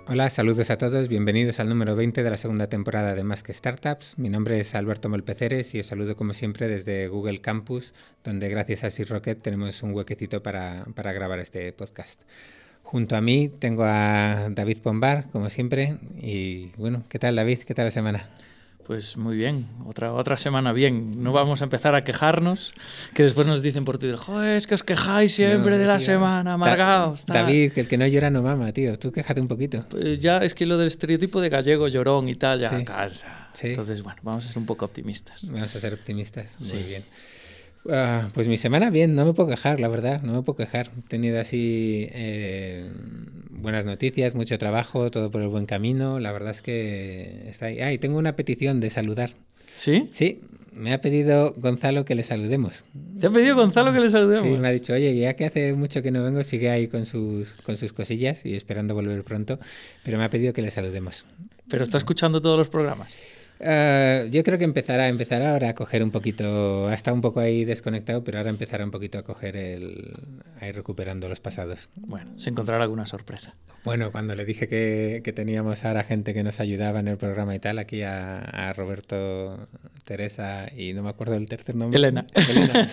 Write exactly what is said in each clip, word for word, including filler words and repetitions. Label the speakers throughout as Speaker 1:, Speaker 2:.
Speaker 1: Hola, saludos a todos, bienvenidos al número veinte de la segunda temporada de Más que Startups. Mi nombre es Alberto Molpeceres y os saludo como siempre desde Google Campus, donde gracias a SeedRocket tenemos un huequecito para, para grabar este podcast. Junto a mí tengo a David Pombar, como siempre, y bueno, ¿qué tal David? ¿Qué tal la semana?
Speaker 2: Pues muy bien, otra, otra semana bien. No vamos a empezar a quejarnos, que después nos dicen por Twitter, joder, es que os quejáis siempre no, de la tío, semana, amargados.
Speaker 1: Da, David, que el que no llora no mama, tío. Tú quéjate un poquito.
Speaker 2: Pues ya es que lo del estereotipo de gallego llorón y tal ya
Speaker 1: sí.
Speaker 2: cansa.
Speaker 1: Sí.
Speaker 2: Entonces, bueno, vamos a ser un poco optimistas.
Speaker 1: Vamos a ser optimistas, muy
Speaker 2: sí.
Speaker 1: bien. Uh, pues mi semana bien, no me puedo quejar, la verdad, no me puedo quejar. He tenido así eh, buenas noticias, mucho trabajo, todo por el buen camino. La verdad es que está ahí. Ah, y tengo una petición de saludar.
Speaker 2: ¿Sí?
Speaker 1: Sí, me ha pedido Gonzalo que le saludemos.
Speaker 2: ¿Te ha pedido Gonzalo que le saludemos?
Speaker 1: Sí, me ha dicho, oye, ya que hace mucho que no vengo, sigue ahí con sus, con sus cosillas y esperando volver pronto, pero me ha pedido que le saludemos.
Speaker 2: ¿Pero está escuchando todos los programas?
Speaker 1: Uh, yo creo que empezará, empezará ahora a coger un poquito, ha estado un poco ahí desconectado, pero ahora empezará un poquito a coger el, a ir recuperando los pasados.
Speaker 2: Bueno, se encontrará alguna sorpresa.
Speaker 1: Bueno, cuando le dije que, que teníamos ahora gente que nos ayudaba en el programa y tal, aquí a, a Roberto, Teresa y no me acuerdo del tercer nombre.
Speaker 2: Elena.
Speaker 1: Elena.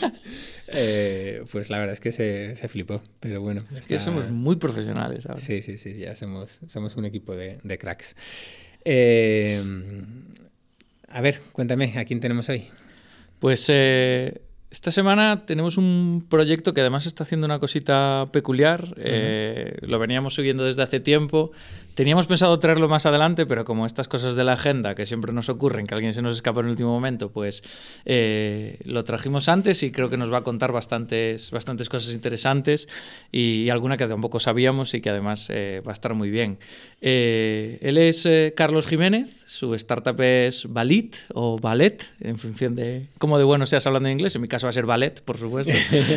Speaker 1: eh, pues la verdad es que se, se flipó, pero bueno.
Speaker 2: Es
Speaker 1: está...
Speaker 2: que somos muy profesionales ahora.
Speaker 1: Sí, sí, sí, ya somos, somos un equipo de, de cracks. Eh, a ver, cuéntame, ¿a quién tenemos hoy?
Speaker 2: Pues eh, esta semana tenemos un proyecto que además está haciendo una cosita peculiar. Uh-huh. Eh, lo veníamos siguiendo desde hace tiempo. Teníamos pensado traerlo más adelante, pero como estas cosas de la agenda que siempre nos ocurren, que alguien se nos escapa en el último momento, pues eh, lo trajimos antes y creo que nos va a contar bastantes, bastantes cosas interesantes y, y alguna que tampoco sabíamos y que además eh, va a estar muy bien. Eh, él es eh, Carlos Jiménez, su startup es Ballit o Ballet, en función de cómo de bueno seas hablando en inglés. En mi caso va a ser Ballet, por supuesto.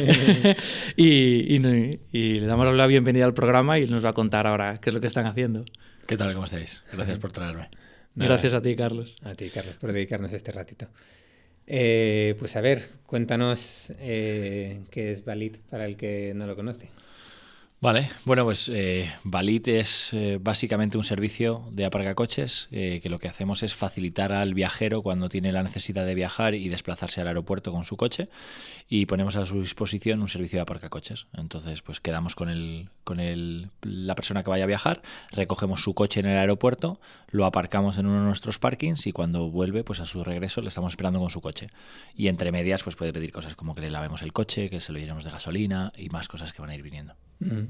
Speaker 2: y, y, y le damos la bienvenida al programa y él nos va a contar ahora qué es lo que están haciendo.
Speaker 3: ¿Qué tal? ¿Cómo estáis? Gracias por traerme.
Speaker 2: Nada, Gracias a ti, Carlos.
Speaker 1: A ti, Carlos, por dedicarnos este ratito. Eh, pues a ver, cuéntanos eh, qué es Ballit para el que no lo conoce.
Speaker 3: Vale, bueno, pues eh, Ballit es eh, básicamente un servicio de aparcacoches eh, que lo que hacemos es facilitar al viajero cuando tiene la necesidad de viajar y desplazarse al aeropuerto con su coche y ponemos a su disposición un servicio de aparcacoches. Entonces, pues quedamos con el, con el, la persona que vaya a viajar, recogemos su coche en el aeropuerto, lo aparcamos en uno de nuestros parkings y cuando vuelve, pues a su regreso le estamos esperando con su coche. Y entre medias, pues puede pedir cosas como que le lavemos el coche, que se lo llenemos de gasolina y más cosas que van a ir viniendo.
Speaker 1: Mm.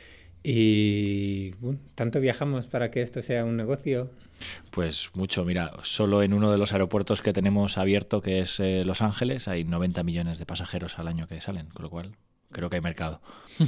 Speaker 1: Y bueno, ¿tanto viajamos para que esto sea un negocio?
Speaker 3: Pues mucho, mira, solo en uno de los aeropuertos que tenemos abierto, que es eh, Los Ángeles, hay noventa millones de pasajeros al año que salen, con lo cual creo que hay mercado.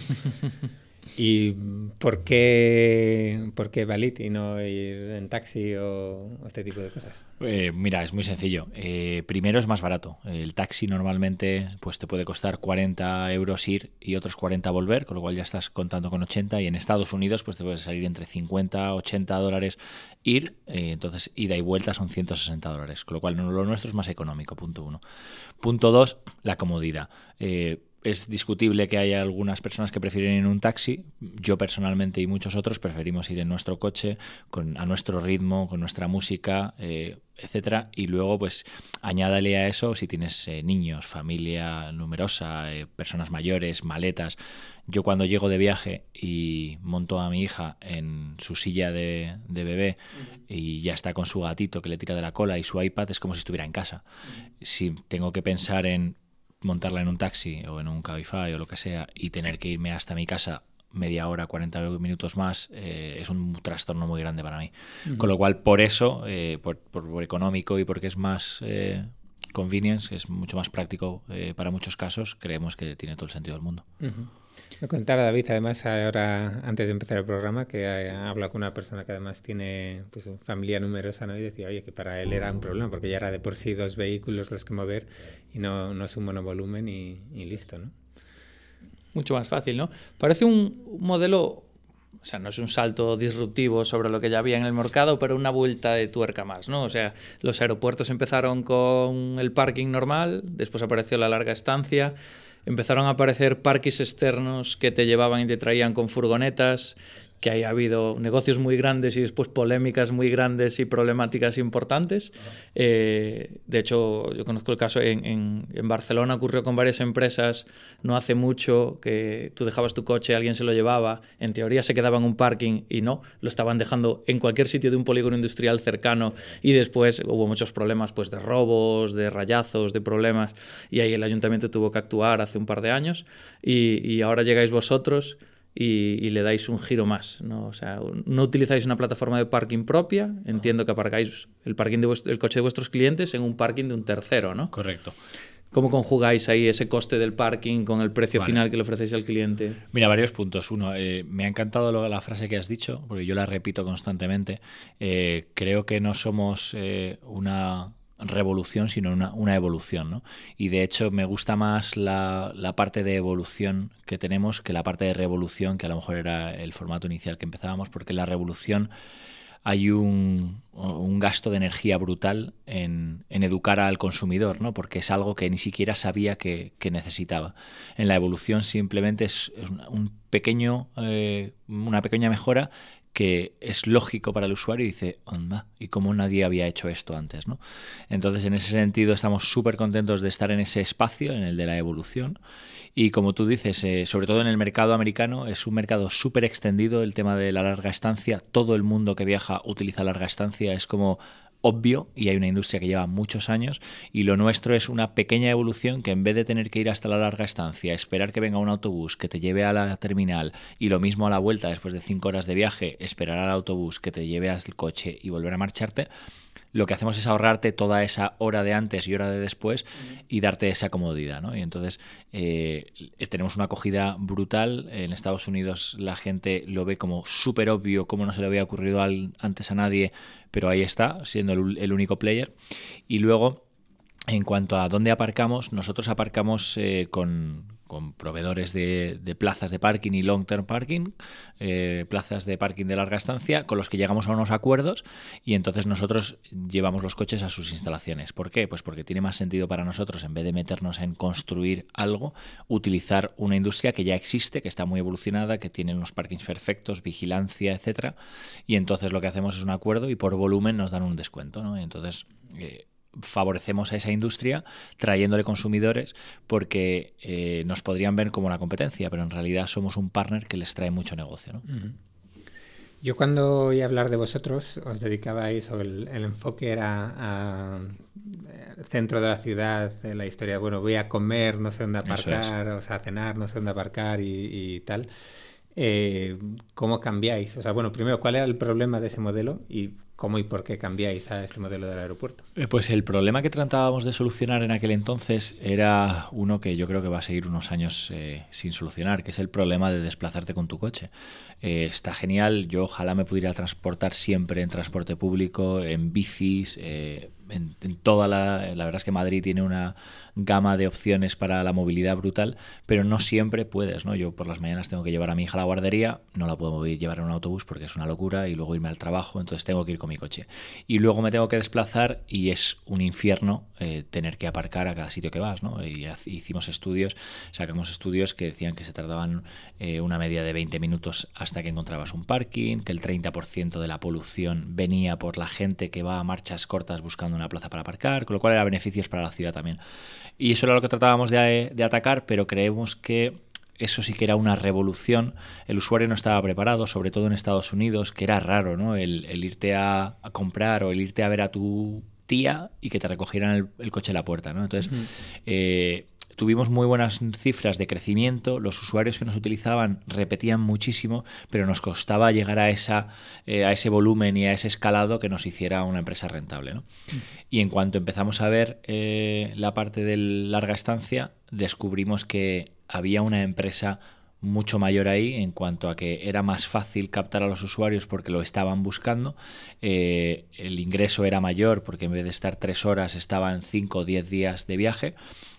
Speaker 1: ¿Y por qué, por qué Ballit y no ir en taxi o este tipo de cosas?
Speaker 3: Eh, mira, es muy sencillo. Eh, primero es más barato. El taxi normalmente pues te puede costar cuarenta euros ir y otros cuarenta volver, con lo cual ya estás contando con ochenta y en Estados Unidos pues te puede salir entre cincuenta, ochenta dólares ir, eh, entonces ida y vuelta son ciento sesenta dólares, con lo cual lo nuestro es más económico, punto uno. Punto dos, la comodidad. Eh, Es discutible que haya algunas personas que prefieren ir en un taxi. Yo personalmente y muchos otros preferimos ir en nuestro coche, con, a nuestro ritmo, con nuestra música, eh, etcétera. Y luego, pues, añádale a eso si tienes eh, niños, familia numerosa, eh, personas mayores, maletas. Yo cuando llego de viaje y monto a mi hija en su silla de, de bebé uh-huh. y ya está con su gatito que le tira de la cola y su iPad, es como si estuviera en casa. Uh-huh. Si tengo que pensar en montarla en un taxi o en un Cabify o lo que sea y tener que irme hasta mi casa media hora, cuarenta minutos más, eh, es un trastorno muy grande para mí. Uh-huh. Con lo cual, por eso, eh, por, por, por económico y porque es más eh, convenience, es mucho más práctico eh, para muchos casos, creemos que tiene todo el sentido del mundo.
Speaker 1: Uh-huh. Me contaba David, además, ahora antes de empezar el programa, que ha hablado con una persona que además tiene pues, familia numerosa, ¿no? Y decía, oye, que para él era un problema, porque ya era de por sí dos vehículos los que mover y no, no es un monovolumen y, y listo, ¿no?
Speaker 2: Mucho más fácil, ¿no? Parece un, un modelo, o sea, no es un salto disruptivo sobre lo que ya había en el mercado, pero una vuelta de tuerca más, ¿no? O sea, los aeropuertos empezaron con el parking normal, después apareció la larga estancia, empezaron a aparecer parques externos que te llevaban y te traían con furgonetas, que haya habido negocios muy grandes y después polémicas muy grandes y problemáticas importantes. Eh, de hecho, yo conozco el caso en, en, en Barcelona, ocurrió con varias empresas no hace mucho, que tú dejabas tu coche, alguien se lo llevaba, en teoría se quedaba en un parking y no, lo estaban dejando en cualquier sitio de un polígono industrial cercano, y después hubo muchos problemas pues, de robos, de rayazos, de problemas, y ahí el ayuntamiento tuvo que actuar hace un par de años, y, y ahora llegáis vosotros Y, y le dais un giro más, ¿no? O sea, no utilizáis una plataforma de parking propia, entiendo que aparcáis el, parking de vuestro, el coche de vuestros clientes en un parking de un tercero, ¿no?
Speaker 3: Correcto.
Speaker 2: ¿Cómo conjugáis ahí ese coste del parking con el precio
Speaker 3: vale.
Speaker 2: final que le ofrecéis al cliente?
Speaker 3: Mira, varios puntos. Uno, eh, me ha encantado lo, la frase que has dicho, porque yo la repito constantemente. Eh, creo que no somos eh, una revolución, sino una, una evolución, ¿no? Y de hecho me gusta más la, la parte de evolución que tenemos que la parte de revolución, que a lo mejor era el formato inicial que empezábamos, porque en la revolución hay un, un gasto de energía brutal en, en educar al consumidor, ¿no? Porque es algo que ni siquiera sabía que, que necesitaba. En la evolución simplemente es, es un pequeño, eh, una pequeña mejora que es lógico para el usuario y dice, onda, ¿y cómo nadie había hecho esto antes, ¿no? Entonces, en ese sentido, estamos súper contentos de estar en ese espacio, en el de la evolución. Y como tú dices, eh, sobre todo en el mercado americano, es un mercado súper extendido, el tema de la larga estancia. Todo el mundo que viaja utiliza larga estancia, es como obvio, y hay una industria que lleva muchos años, y lo nuestro es una pequeña evolución que en vez de tener que ir hasta la larga estancia, esperar que venga un autobús que te lleve a la terminal, y lo mismo a la vuelta después de cinco horas de viaje, esperar al autobús que te lleve al coche y volver a marcharte, lo que hacemos es ahorrarte toda esa hora de antes y hora de después y darte esa comodidad, ¿no? Y entonces eh, tenemos una acogida brutal. En Estados Unidos la gente lo ve como súper obvio, como no se le había ocurrido al, antes a nadie, pero ahí está, siendo el, el único player. Y luego, en cuanto a dónde aparcamos, nosotros aparcamos eh, con... con proveedores de, de plazas de parking y long term parking, eh, plazas de parking de larga estancia, con los que llegamos a unos acuerdos, y entonces nosotros llevamos los coches a sus instalaciones. ¿Por qué? Pues porque tiene más sentido para nosotros, en vez de meternos en construir algo, utilizar una industria que ya existe, que está muy evolucionada, que tiene unos parkings perfectos, vigilancia, etcétera, y entonces lo que hacemos es un acuerdo y por volumen nos dan un descuento, ¿no? Y entonces eh, favorecemos a esa industria trayéndole consumidores porque eh, nos podrían ver como una competencia, pero en realidad somos un partner que les trae mucho negocio, ¿no?
Speaker 1: Uh-huh. Yo cuando oí hablar de vosotros os dedicabais, o el, el enfoque era a, a centro de la ciudad, de la historia, bueno, voy a comer, no sé dónde aparcar, o sea, a cenar, no sé dónde aparcar y, y tal. Eh, ¿Cómo cambiáis? O sea, bueno, primero, ¿cuál era el problema de ese modelo y cómo y por qué cambiáis a este modelo del aeropuerto?
Speaker 3: Pues el problema que tratábamos de solucionar en aquel entonces era uno que yo creo que va a seguir unos años eh, sin solucionar, que es el problema de desplazarte con tu coche. Eh, está genial, yo ojalá me pudiera transportar siempre en transporte público, en bicis, eh, en, en toda la... La verdad es que Madrid tiene una gama de opciones para la movilidad brutal, pero no siempre puedes, ¿no? Yo por las mañanas tengo que llevar a mi hija a la guardería, no la puedo llevar en un autobús porque es una locura, y luego irme al trabajo, entonces tengo que ir con mi coche. Y luego me tengo que desplazar y es un infierno eh, tener que aparcar a cada sitio que vas, ¿no? Y hicimos estudios, sacamos estudios que decían que se tardaban eh, una media de veinte minutos hasta que encontrabas un parking, que el treinta por ciento de la polución venía por la gente que va a marchas cortas buscando una plaza para aparcar, con lo cual era beneficios para la ciudad también. Y eso era lo que tratábamos de, de atacar, pero creemos que eso sí que era una revolución. El usuario no estaba preparado, sobre todo en Estados Unidos, que era raro, ¿no? El, el irte a, a comprar o el irte a ver a tu tía y que te recogieran el, el coche a la puerta, ¿no? Entonces, uh-huh. eh, tuvimos muy buenas cifras de crecimiento, los usuarios que nos utilizaban repetían muchísimo, pero nos costaba llegar a, esa, eh, a ese volumen y a ese escalado que nos hiciera una empresa rentable, ¿no? Uh-huh. Y en cuanto empezamos a ver eh, la parte de larga estancia, descubrimos que había una empresa mucho mayor ahí en cuanto a que era más fácil captar a los usuarios porque lo estaban buscando, eh, el ingreso era mayor porque en vez de estar tres horas estaban cinco o diez días de viaje,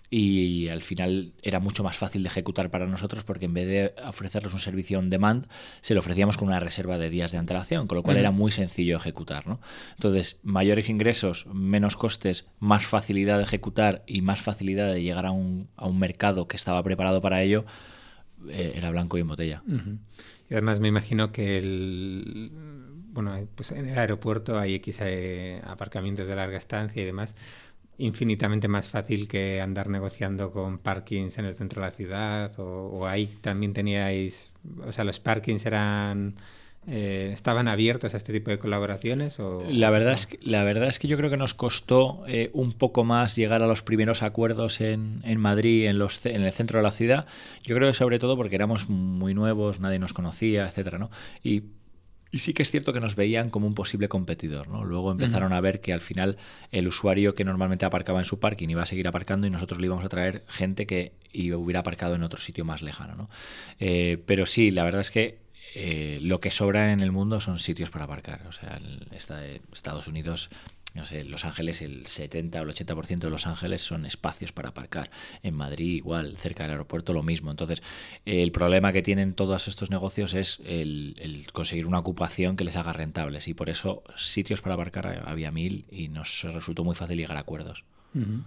Speaker 3: y al final era mucho más fácil de ejecutar para nosotros porque en vez de ofrecerles un servicio on demand se lo ofrecíamos con una reserva de días de antelación, con lo cual uh-huh. era muy sencillo ejecutar, ¿no? Entonces, mayores ingresos, menos costes, más facilidad de ejecutar y más facilidad de llegar a un, a un mercado que estaba preparado para ello, eh, era blanco y en botella.
Speaker 1: Uh-huh. Y además me imagino que el, bueno, pues en el aeropuerto hay X eh, aparcamientos de larga estancia y demás, infinitamente más fácil que andar negociando con parkings en el centro de la ciudad, o, o ahí también teníais, o sea, los parkings eran... Eh, ¿estaban abiertos a este tipo de colaboraciones? O,
Speaker 3: la, verdad
Speaker 1: no?
Speaker 3: es que, la verdad es que yo creo que nos costó eh, un poco más llegar a los primeros acuerdos en, en Madrid, en, los, en el centro de la ciudad. Yo creo que sobre todo porque éramos muy nuevos, nadie nos conocía, etcétera, ¿no? Y Y sí que es cierto que nos veían como un posible competidor, ¿no? Luego empezaron uh-huh. a ver que al final el usuario que normalmente aparcaba en su parking iba a seguir aparcando y nosotros le íbamos a traer gente que hubiera aparcado en otro sitio más lejano, ¿no? Eh, pero sí, la verdad es que eh, lo que sobra en el mundo son sitios para aparcar. O sea, en Estados Unidos... No sé, Los Ángeles, el setenta o el ochenta por ciento de Los Ángeles son espacios para aparcar. En Madrid igual, cerca del aeropuerto lo mismo. Entonces, el problema que tienen todos estos negocios es el, el conseguir una ocupación que les haga rentables. Y por eso sitios para aparcar había mil y nos resultó muy fácil llegar a acuerdos.
Speaker 1: Uh-huh.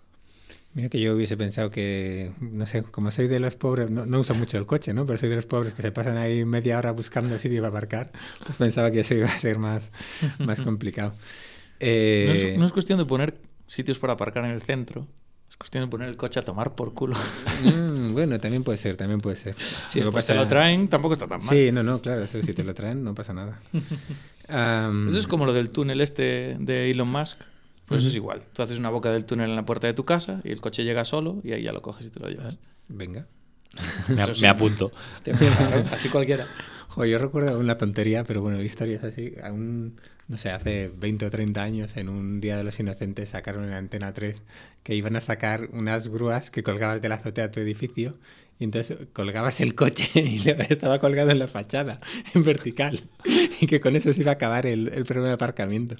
Speaker 1: Mira que yo hubiese pensado que, no sé, como soy de los pobres, no, no uso mucho el coche, ¿no? Pero soy de los pobres que se pasan ahí media hora buscando el sitio para aparcar. Pues pensaba que eso iba a ser más, más complicado.
Speaker 2: Eh... No, es, no es cuestión de poner sitios para aparcar en el centro, es cuestión de poner el coche a tomar por culo.
Speaker 1: Mm, bueno, también puede ser, también puede ser.
Speaker 2: Si después pasa... te lo traen, tampoco está tan mal.
Speaker 1: Sí, no, no, claro, eso, si te lo traen no pasa nada.
Speaker 2: um... Eso es como lo del túnel este de Elon Musk. Pues uh-huh. eso es igual. Tú haces una boca del túnel en la puerta de tu casa y el coche llega solo y ahí ya lo coges y te lo llevas.
Speaker 1: Venga.
Speaker 3: me, sí. me apunto.
Speaker 2: Así cualquiera.
Speaker 1: Joder, yo recuerdo una tontería, pero bueno, historias así. Aún, no sé, hace veinte o treinta años, en un Día de los Inocentes, sacaron en Antena tres que iban a sacar unas grúas que colgabas de la azotea de tu edificio y entonces colgabas el coche y estaba colgado en la fachada, en vertical, y que con eso se iba a acabar el, el problema de aparcamiento.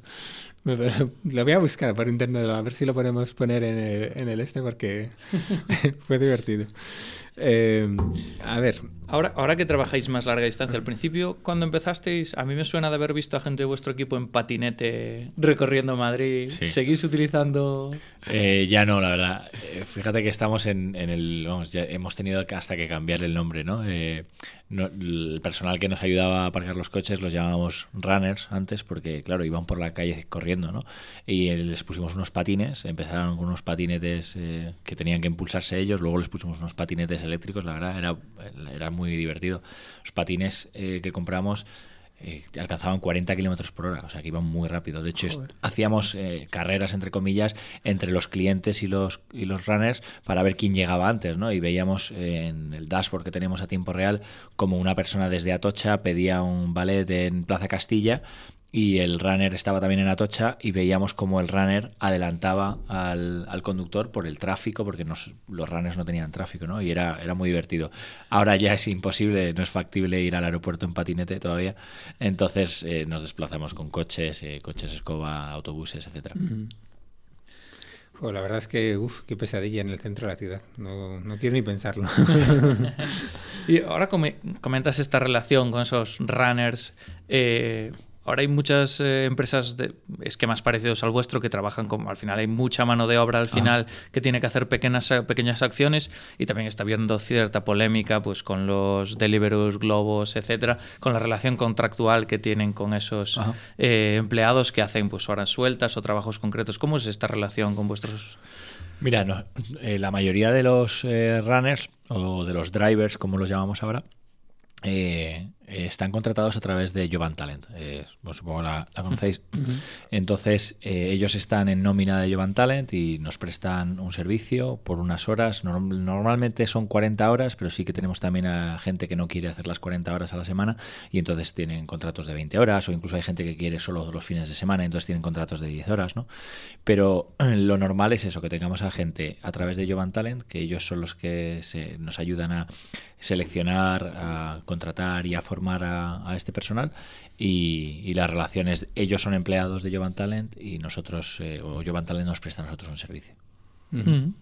Speaker 1: Lo voy a buscar por internet, a ver si lo podemos poner en el, en el este, porque fue divertido. Eh, a ver.
Speaker 2: Ahora, ahora que trabajáis más larga distancia, al principio, cuando empezasteis, a mí me suena de haber visto a gente de vuestro equipo en patinete recorriendo Madrid. Sí. ¿Seguís utilizando...?
Speaker 3: Eh, ya no, la verdad. Eh, fíjate que estamos en, en el... Vamos, ya hemos tenido hasta que cambiar el nombre, ¿no? Eh, no, el personal que nos ayudaba a aparcar los coches los llamábamos runners antes porque, claro, iban por la calle corriendo, ¿no? Y les pusimos unos patines, empezaron con unos patinetes eh, que tenían que impulsarse ellos, luego les pusimos unos patinetes eléctricos, la verdad, era, era muy divertido. Los patines eh, que compramos eh, alcanzaban cuarenta kilómetros por hora, o sea que iban muy rápido. De hecho, est- hacíamos eh, carreras, entre comillas, entre los clientes y los, y los runners para ver quién llegaba antes, ¿no? Y veíamos eh, en el dashboard que teníamos a tiempo real como una persona desde Atocha pedía un ballet en Plaza Castilla y el runner estaba también en Atocha y veíamos cómo el runner adelantaba al, al conductor por el tráfico, porque nos, los runners no tenían tráfico, ¿no? Y era, era muy divertido. Ahora ya es imposible, no es factible ir al aeropuerto en patinete todavía, entonces eh, nos desplazamos con coches, eh, coches escoba, autobuses, etcétera.
Speaker 1: Mm. Oh, la verdad es que, uff, qué pesadilla en el centro de la ciudad. No, no quiero ni pensarlo.
Speaker 2: Y ahora come, comentas esta relación con esos runners. Eh, ahora hay muchas eh, empresas de esquemas parecidos al vuestro que trabajan con, al final hay mucha mano de obra al final ah. que tiene que hacer pequeñas, pequeñas acciones, y también está habiendo cierta polémica pues con los Deliveroo, Globos, etcétera, con la relación contractual que tienen con esos eh, empleados que hacen pues horas sueltas o trabajos concretos. ¿Cómo es esta relación con vuestros...?
Speaker 3: Mira, no, eh, la mayoría de los eh, runners o de los drivers, como los llamamos ahora, Eh, eh, están contratados a través de Jovan Talent, eh, bueno, supongo la, la conocéis. Entonces eh, ellos están en nómina de Jovan Talent y nos prestan un servicio por unas horas. Norm- normalmente son cuarenta horas, pero sí que tenemos también a gente que no quiere hacer las cuarenta horas a la semana y entonces tienen contratos de veinte horas, o incluso hay gente que quiere solo los fines de semana y entonces tienen contratos de diez horas, ¿no? Pero lo normal es eso, que tengamos a gente a través de Jovan Talent, que ellos son los que se, nos ayudan a seleccionar, a contratar y a formar a, a este personal, y, y las relaciones, ellos son empleados de Jovan Talent y nosotros, eh, o Jovan Talent nos presta a nosotros un servicio.
Speaker 1: Uh-huh.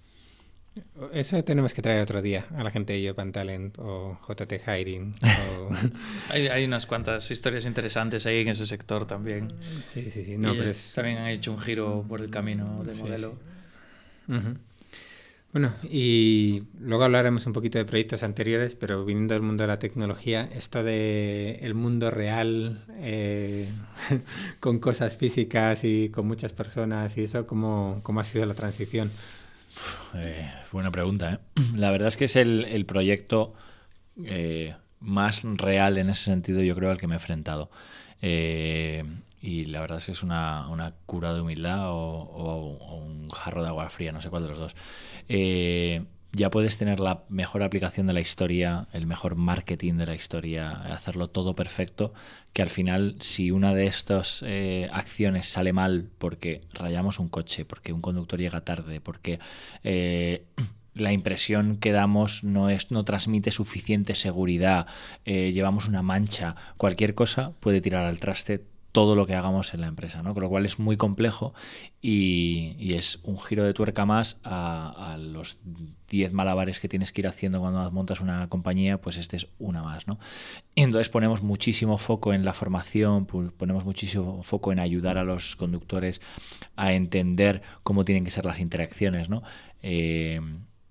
Speaker 1: Eso tenemos que traer otro día a la gente de Jovan Talent o J T Hiring. O...
Speaker 2: hay, hay unas cuantas historias interesantes ahí en ese sector también.
Speaker 1: Sí, sí, sí. No, pero es...
Speaker 2: también han hecho un giro por el camino de
Speaker 1: sí,
Speaker 2: modelo.
Speaker 1: Sí. Uh-huh. Bueno, y luego hablaremos un poquito de proyectos anteriores, pero viniendo del mundo de la tecnología, esto de el mundo real, eh, con cosas físicas y con muchas personas y eso, ¿cómo, cómo ha sido la transición?
Speaker 3: Eh, buena pregunta, ¿eh? La verdad es que es el, el proyecto eh, más real en ese sentido, yo creo, al que me he enfrentado. Eh, y la verdad es que es una, una cura de humildad o, o, o un jarro de agua fría, no sé cuál de los dos. Eh, ya puedes tener la mejor aplicación de la historia, el mejor marketing de la historia, hacerlo todo perfecto, que al final si una de estas eh, acciones sale mal porque rayamos un coche, porque un conductor llega tarde, porque eh, la impresión que damos no, es, no transmite suficiente seguridad, eh, llevamos una mancha, cualquier cosa puede tirar al traste todo lo que hagamos en la empresa, ¿no? Con lo cual es muy complejo y, y es un giro de tuerca más a, a los diez malabares que tienes que ir haciendo cuando montas una compañía, pues este es una más, ¿no? Y entonces ponemos muchísimo foco en la formación, ponemos muchísimo foco en ayudar a los conductores a entender cómo tienen que ser las interacciones, ¿no? Eh,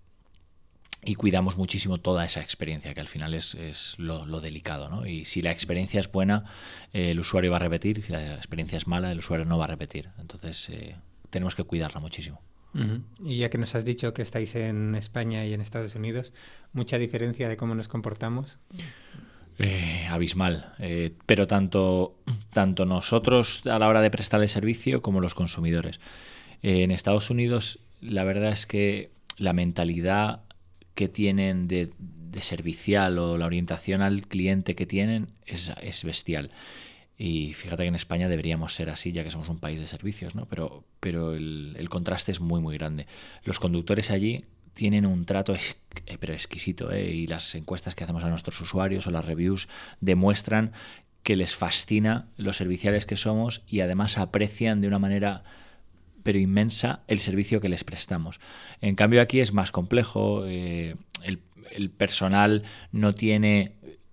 Speaker 3: Y cuidamos muchísimo toda esa experiencia, que al final es, es lo, lo delicado, ¿no? Y si la experiencia es buena, eh, el usuario va a repetir. Si la experiencia es mala, el usuario no va a repetir. Entonces, eh, tenemos que cuidarla muchísimo.
Speaker 1: Uh-huh. Y ya que nos has dicho que estáis en España y en Estados Unidos, ¿mucha diferencia de cómo nos comportamos?
Speaker 3: Eh, abismal. Eh, pero tanto, tanto nosotros a la hora de prestar el servicio como los consumidores. Eh, en Estados Unidos, la verdad es que la mentalidad que tienen de, de servicial o la orientación al cliente que tienen es, es bestial. Y fíjate que en España deberíamos ser así, ya que somos un país de servicios, ¿no? Pero, pero el, el contraste es muy, muy grande. Los conductores allí tienen un trato es, pero exquisito, ¿eh? Y las encuestas que hacemos a nuestros usuarios o las reviews demuestran que les fascina los serviciales que somos y además aprecian de una manera pero inmensa el servicio que les prestamos. En cambio aquí es más complejo, eh, el, el personal no tiene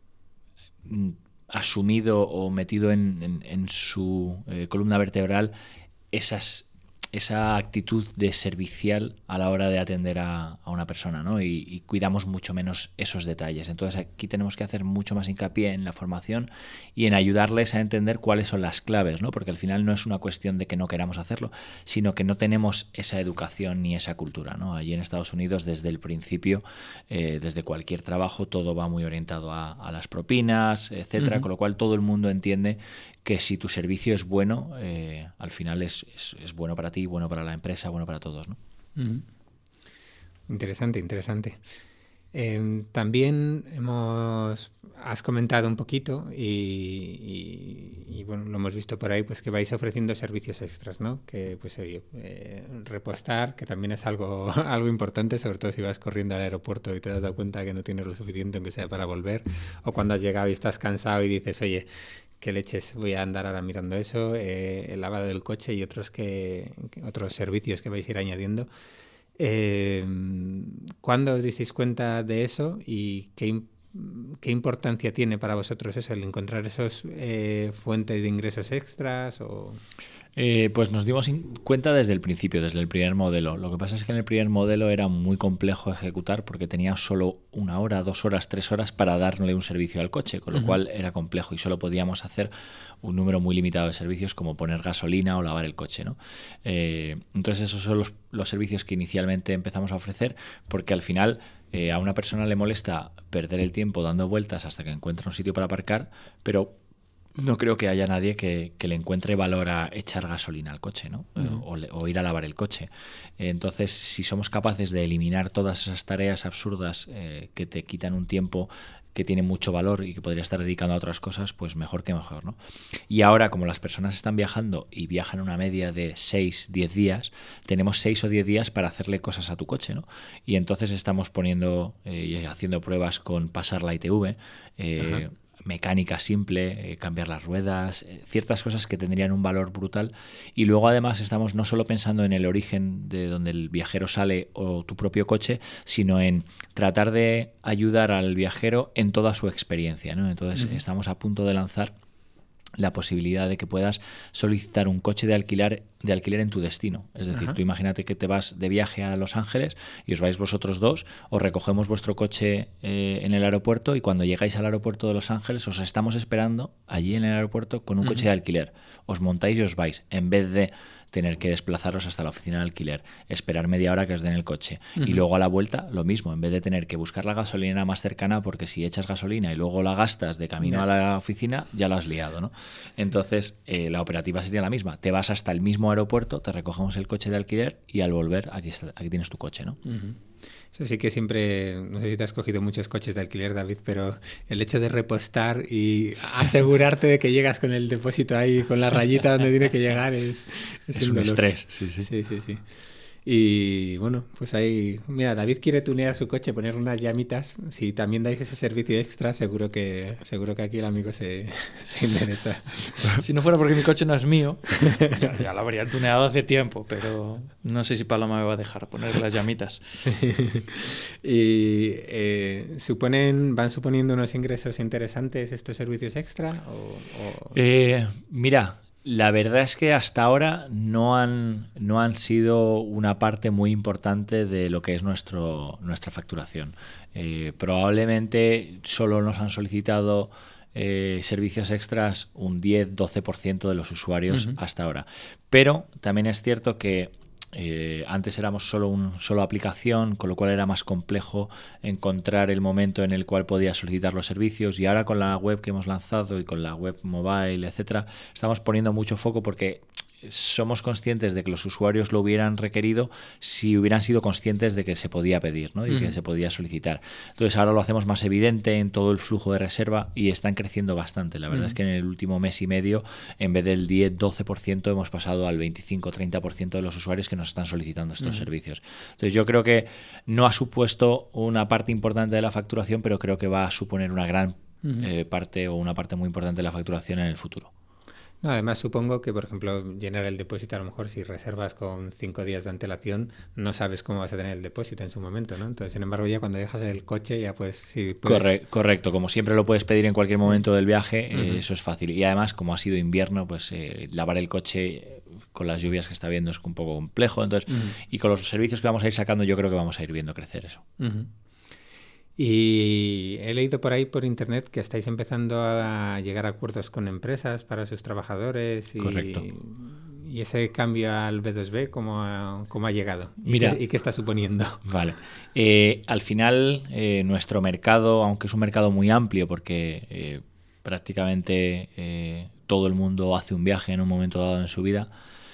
Speaker 3: asumido o metido en, en, en su eh, columna vertebral esas, esa actitud de servicial a la hora de atender a, a una persona, ¿no? Y, y cuidamos mucho menos esos detalles. Entonces aquí tenemos que hacer mucho más hincapié en la formación y en ayudarles a entender cuáles son las claves, ¿no? Porque al final no es una cuestión de que no queramos hacerlo, sino que no tenemos esa educación ni esa cultura, ¿no? Allí en Estados Unidos desde el principio, eh, desde cualquier trabajo, todo va muy orientado a, a las propinas, etcétera, uh-huh. Con lo cual todo el mundo entiende que si tu servicio es bueno, eh, al final es, es, es bueno para ti, bueno para la empresa, bueno para todos, ¿no?
Speaker 1: Uh-huh. Interesante, interesante. Eh, también hemos, has comentado un poquito y, y, y bueno, lo hemos visto por ahí, pues que vais ofreciendo servicios extras, ¿no? Que pues oye, eh, repostar, que también es algo, algo importante, sobre todo si vas corriendo al aeropuerto y te has dado cuenta que no tienes lo suficiente aunque sea para volver, o cuando has llegado y estás cansado y dices, oye, qué leches, voy a andar ahora mirando eso, eh, el lavado del coche y otros que, que otros servicios que vais a ir añadiendo. Eh, ¿Cuándo os disteis cuenta de eso y qué, qué importancia tiene para vosotros eso, el encontrar esos eh, fuentes de ingresos extras? O...
Speaker 3: Eh, pues nos dimos cuenta desde el principio, desde el primer modelo. Lo que pasa es que en el primer modelo era muy complejo ejecutar porque tenía solo una hora, dos horas, tres horas para darle un servicio al coche, con lo uh-huh. cual era complejo y solo podíamos hacer un número muy limitado de servicios como poner gasolina o lavar el coche, ¿no? Eh, entonces esos son los, los servicios que inicialmente empezamos a ofrecer porque al final eh, a una persona le molesta perder el tiempo dando vueltas hasta que encuentra un sitio para aparcar, pero no creo que haya nadie que, que le encuentre valor a echar gasolina al coche, ¿no? Uh-huh. O, o ir a lavar el coche. Entonces, si somos capaces de eliminar todas esas tareas absurdas eh, que te quitan un tiempo que tiene mucho valor y que podría estar dedicando a otras cosas, pues mejor que mejor, ¿no? Y ahora, como las personas están viajando y viajan una media de seis, diez días, tenemos seis o diez días para hacerle cosas a tu coche, ¿no? Y entonces estamos poniendo eh, y haciendo pruebas con pasar la I T V, eh, uh-huh. mecánica simple, eh, cambiar las ruedas, eh, ciertas cosas que tendrían un valor brutal. Y luego además estamos no solo pensando en el origen de donde el viajero sale o tu propio coche, sino en tratar de ayudar al viajero en toda su experiencia, ¿no? Entonces uh-huh. estamos a punto de lanzar la posibilidad de que puedas solicitar un coche de alquiler, de alquiler en tu destino. Es decir, Ajá. tú imagínate que te vas de viaje a Los Ángeles y os vais vosotros dos, os recogemos vuestro coche eh, en el aeropuerto y cuando llegáis al aeropuerto de Los Ángeles os estamos esperando allí en el aeropuerto con un uh-huh. coche de alquiler. Os montáis y os vais, en vez de tener que desplazaros hasta la oficina de alquiler, esperar media hora que os den el coche. Uh-huh. Y luego a la vuelta, lo mismo, en vez de tener que buscar la gasolina más cercana, porque si echas gasolina y luego la gastas de camino yeah. a la oficina, ya la has liado, ¿no? Sí. Entonces, eh, la operativa sería la misma. Te vas hasta el mismo aeropuerto, te recogemos el coche de alquiler y al volver, aquí, está, aquí tienes tu coche, ¿no?
Speaker 1: Uh-huh. Eso sí que siempre, no sé si te has cogido muchos coches de alquiler, David, pero el hecho de repostar y asegurarte de que llegas con el depósito ahí, con la rayita donde tiene que llegar, es,
Speaker 3: es, es un, un estrés. Sí, sí.
Speaker 1: Sí, sí, sí. Y bueno, pues ahí, mira, David quiere tunear su coche, poner unas llamitas. Si también dais ese servicio extra, seguro que seguro que aquí el amigo se, se interesa.
Speaker 2: Si no fuera porque mi coche no es mío, ya, ya lo habría tuneado hace tiempo, pero no sé si Paloma me va a dejar poner las llamitas.
Speaker 1: ¿Y eh, suponen, van suponiendo unos ingresos interesantes estos servicios extra? O, o...
Speaker 3: Eh, mira... La verdad es que hasta ahora no han, no han sido una parte muy importante de lo que es nuestro, nuestra facturación. Eh, probablemente solo nos han solicitado eh, servicios extras un diez a doce por ciento de los usuarios uh-huh. hasta ahora. Pero también es cierto que Eh, antes éramos solo una sola aplicación, con lo cual era más complejo encontrar el momento en el cual podías solicitar los servicios, y ahora con la web que hemos lanzado y con la web mobile, etcétera, estamos poniendo mucho foco porque somos conscientes de que los usuarios lo hubieran requerido si hubieran sido conscientes de que se podía pedir, ¿no? y uh-huh. que se podía solicitar. Entonces ahora lo hacemos más evidente en todo el flujo de reserva y están creciendo bastante. La verdad uh-huh. es que en el último mes y medio, en vez del diez a doce por ciento, hemos pasado al veinticinco a treinta por ciento de los usuarios que nos están solicitando estos uh-huh. servicios. Entonces yo creo que no ha supuesto una parte importante de la facturación, pero creo que va a suponer una gran uh-huh. eh, parte o una parte muy importante de la facturación en el futuro.
Speaker 1: No, además supongo que, por ejemplo, llenar el depósito, a lo mejor si reservas con cinco días de antelación, no sabes cómo vas a tener el depósito en su momento, ¿no? Entonces, sin embargo, ya cuando dejas el coche, ya pues sí puedes...
Speaker 3: Corre- correcto, como siempre lo puedes pedir en cualquier momento del viaje, uh-huh. eh, eso es fácil. Y además, como ha sido invierno, pues eh, lavar el coche con las lluvias que está viendo es un poco complejo. Entonces, uh-huh. y con los servicios que vamos a ir sacando, yo creo que vamos a ir viendo crecer eso.
Speaker 1: Uh-huh. Y he leído por ahí por internet que estáis empezando a llegar a acuerdos con empresas para sus trabajadores y,
Speaker 3: Correcto.
Speaker 1: y ese cambio al B dos B, ¿cómo ha, cómo ha llegado? ¿Y,
Speaker 3: Mira,
Speaker 1: qué, ¿Y qué está suponiendo?
Speaker 3: Vale. Eh, al final, eh, nuestro mercado, aunque es un mercado muy amplio porque eh, prácticamente eh, todo el mundo hace un viaje en un momento dado en su vida,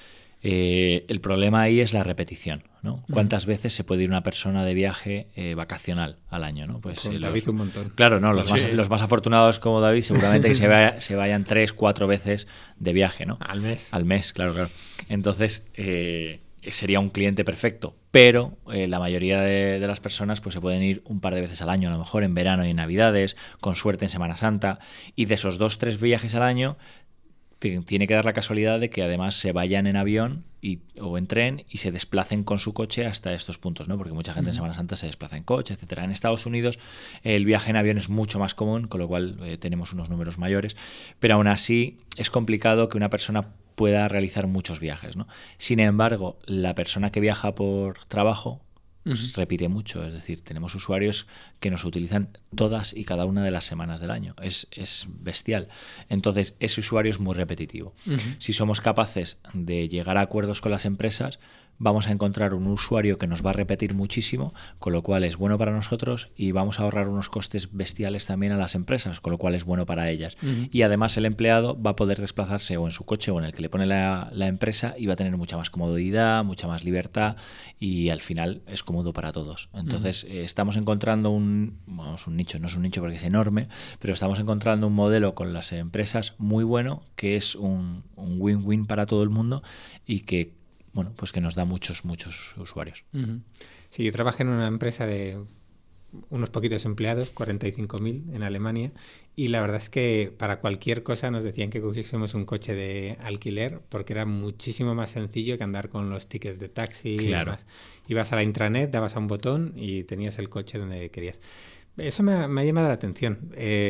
Speaker 3: Eh, el problema ahí es la repetición, ¿no? ¿Cuántas uh-huh. veces se puede ir una persona de viaje eh, vacacional al año, ¿no? Pues
Speaker 1: Con
Speaker 3: eh,
Speaker 1: David
Speaker 3: los,
Speaker 1: un montón.
Speaker 3: Claro, no, los,
Speaker 1: sí.
Speaker 3: más, los más afortunados como David seguramente que se, vaya, se vayan tres, cuatro veces de viaje, ¿no?
Speaker 1: Al mes.
Speaker 3: Al mes, claro, claro. Entonces, eh, sería un cliente perfecto, pero eh, la mayoría de, de las personas pues se pueden ir un par de veces al año, a lo mejor en verano y en Navidades, con suerte en Semana Santa, y de esos dos, tres viajes al año tiene que dar la casualidad de que además se vayan en avión y, o en tren y se desplacen con su coche hasta estos puntos, ¿no? Porque mucha gente uh-huh. en Semana Santa se desplaza en coche, etcétera. En Estados Unidos el viaje en avión es mucho más común, con lo cual eh, tenemos unos números mayores, pero aún así es complicado que una persona pueda realizar muchos viajes, ¿no? Sin embargo, la persona que viaja por trabajo pues repite mucho, es decir, tenemos usuarios que nos utilizan todas y cada una de las semanas del año. Es, es bestial. Entonces, ese usuario es muy repetitivo. Uh-huh. Si somos capaces de llegar a acuerdos con las empresas, vamos a encontrar un usuario que nos va a repetir muchísimo, con lo cual es bueno para nosotros y vamos a ahorrar unos costes bestiales también a las empresas, con lo cual es bueno para ellas. Uh-huh. Y además el empleado va a poder desplazarse o en su coche o en el que le pone la, la empresa y va a tener mucha más comodidad, mucha más libertad y al final es cómodo para todos. Entonces uh-huh. eh, estamos encontrando un, vamos, un nicho, no es un nicho porque es enorme, pero estamos encontrando un modelo con las empresas muy bueno que es un, un win-win para todo el mundo y que bueno, pues que nos da muchos, muchos usuarios.
Speaker 1: Uh-huh. Sí, yo trabajé en una empresa de unos poquitos empleados, cuarenta y cinco mil en Alemania, y la verdad es que para cualquier cosa nos decían que cogiésemos un coche de alquiler porque era muchísimo más sencillo que andar con los tickets de taxi.
Speaker 3: Claro.
Speaker 1: Y demás. Ibas a la intranet, dabas a un botón y tenías el coche donde querías. Eso me ha, me ha llamado la atención. Eh,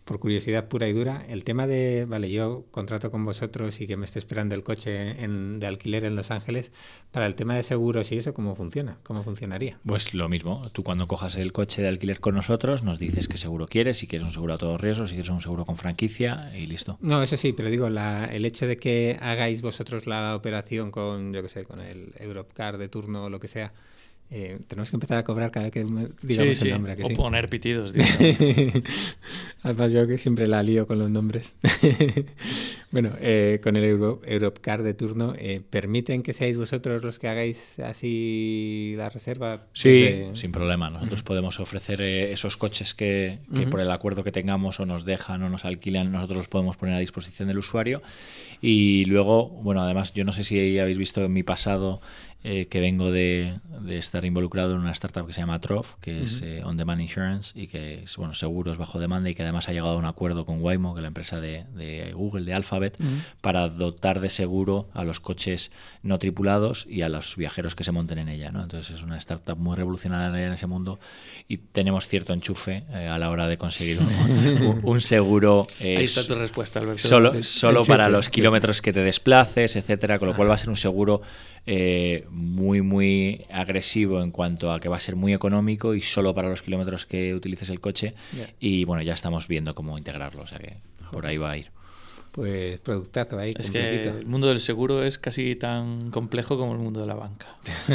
Speaker 1: por curiosidad pura y dura, el tema de, vale, yo contrato con vosotros y que me esté esperando el coche en, de alquiler en Los Ángeles, para el tema de seguros y eso, ¿cómo funciona? ¿Cómo funcionaría?
Speaker 3: Pues lo mismo, tú cuando cojas el coche de alquiler con nosotros nos dices qué seguro quieres, si quieres un seguro a todos riesgos, si quieres un seguro con franquicia y listo.
Speaker 1: No, eso sí, pero digo, la, el hecho de que hagáis vosotros la operación con, yo qué sé, con el Europcar de turno o lo que sea, Eh, tenemos que empezar a cobrar cada vez que digamos
Speaker 2: sí,
Speaker 1: el nombre.
Speaker 2: Sí.
Speaker 1: Que
Speaker 2: o
Speaker 1: sí.
Speaker 2: poner pitidos.
Speaker 1: Además yo que siempre la lío con los nombres. Bueno, eh, con el Euro, Europcar de turno, eh, ¿permiten que seáis vosotros los que hagáis así la reserva?
Speaker 3: Sí,
Speaker 1: desde...
Speaker 3: sin problema. Nosotros uh-huh. podemos ofrecer eh, esos coches que, que uh-huh. por el acuerdo que tengamos o nos dejan o nos alquilan, nosotros los podemos poner a disposición del usuario. Y luego, bueno, además yo no sé si habéis visto en mi pasado Eh, que vengo de, de estar involucrado en una startup que se llama Trof, que uh-huh. es eh, On Demand Insurance y que es bueno, seguros bajo demanda y que además ha llegado a un acuerdo con Waymo, que es la empresa de, de Google, de Alphabet, uh-huh. para dotar de seguro a los coches no tripulados y a los viajeros que se monten en ella, ¿no? Entonces es una startup muy revolucionaria en ese mundo y tenemos cierto enchufe eh, a la hora de conseguir un, un, un seguro. Eh,
Speaker 2: Ahí está tu respuesta, Alberto.
Speaker 3: Solo, solo para los kilómetros que te desplaces, etcétera, con lo cual va a ser un seguro eh, muy muy agresivo en cuanto a que va a ser muy económico y solo para los kilómetros que utilices el coche. Yeah. Y bueno, ya estamos viendo cómo integrarlo, o sea que por ahí va a ir.
Speaker 1: Pues productazo ahí.
Speaker 2: Es completito. Que el mundo del seguro es casi tan complejo como el mundo de la banca.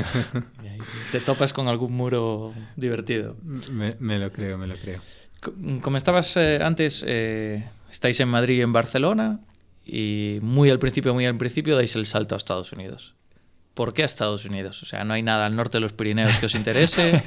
Speaker 2: Y ahí te topas con algún muro divertido.
Speaker 1: Me, me lo creo, me lo creo.
Speaker 2: Como estabas eh, antes, eh, estáis en Madrid y en Barcelona y muy al principio, muy al principio dais el salto a Estados Unidos. ¿Por qué a Estados Unidos? O sea, ¿no hay nada al norte de los Pirineos que os interese?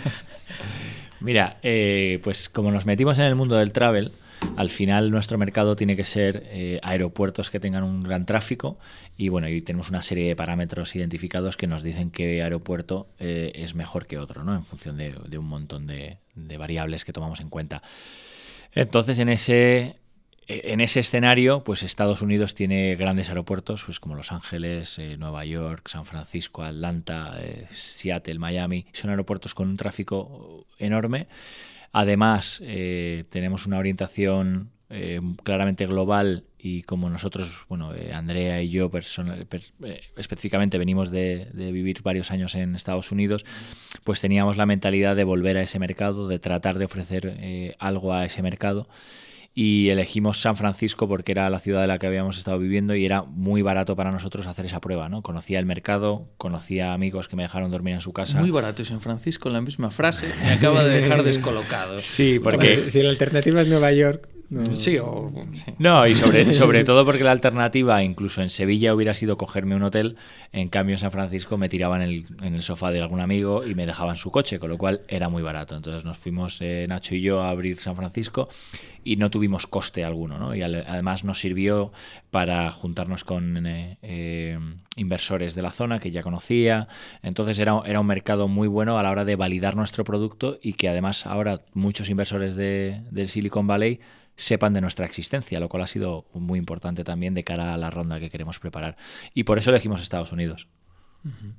Speaker 3: Mira, eh, pues como nos metimos en el mundo del travel, al final nuestro mercado tiene que ser eh, aeropuertos que tengan un gran tráfico y bueno, y tenemos una serie de parámetros identificados que nos dicen qué aeropuerto eh, es mejor que otro, ¿no? En función de, de un montón de, de variables que tomamos en cuenta. Entonces, en ese... En ese escenario, pues Estados Unidos tiene grandes aeropuertos, pues como Los Ángeles, eh, Nueva York, San Francisco, Atlanta, eh, Seattle, Miami. Son aeropuertos con un tráfico enorme. Además, eh, tenemos una orientación eh, claramente global y como nosotros, bueno, eh, Andrea y yo personal, per, eh, específicamente venimos de, de vivir varios años en Estados Unidos, pues teníamos la mentalidad de volver a ese mercado, de tratar de ofrecer eh, algo a ese mercado. Y elegimos San Francisco porque era la ciudad de la que habíamos estado viviendo y era muy barato para nosotros hacer esa prueba, ¿no? Conocía el mercado, conocía amigos que me dejaron dormir en su casa.
Speaker 2: Muy barato y San Francisco, en la misma frase, me acaba de dejar descolocado.
Speaker 3: Sí, porque...
Speaker 1: Bueno, si la alternativa es Nueva York...
Speaker 2: No. Sí, o... sí.
Speaker 3: No, y sobre, sobre todo porque la alternativa, incluso en Sevilla, hubiera sido cogerme un hotel. En cambio, en San Francisco me tiraban en el, en el sofá de algún amigo y me dejaban su coche, con lo cual era muy barato. Entonces nos fuimos, eh, Nacho y yo, a abrir San Francisco y no tuvimos coste alguno, ¿no? Y al, además nos sirvió para juntarnos con eh, eh, inversores de la zona que ya conocía. Entonces era, era un mercado muy bueno a la hora de validar nuestro producto y que además ahora muchos inversores de, del Silicon Valley sepan de nuestra existencia, lo cual ha sido muy importante también de cara a la ronda que queremos preparar. Y por eso elegimos Estados Unidos.
Speaker 1: Uh-huh.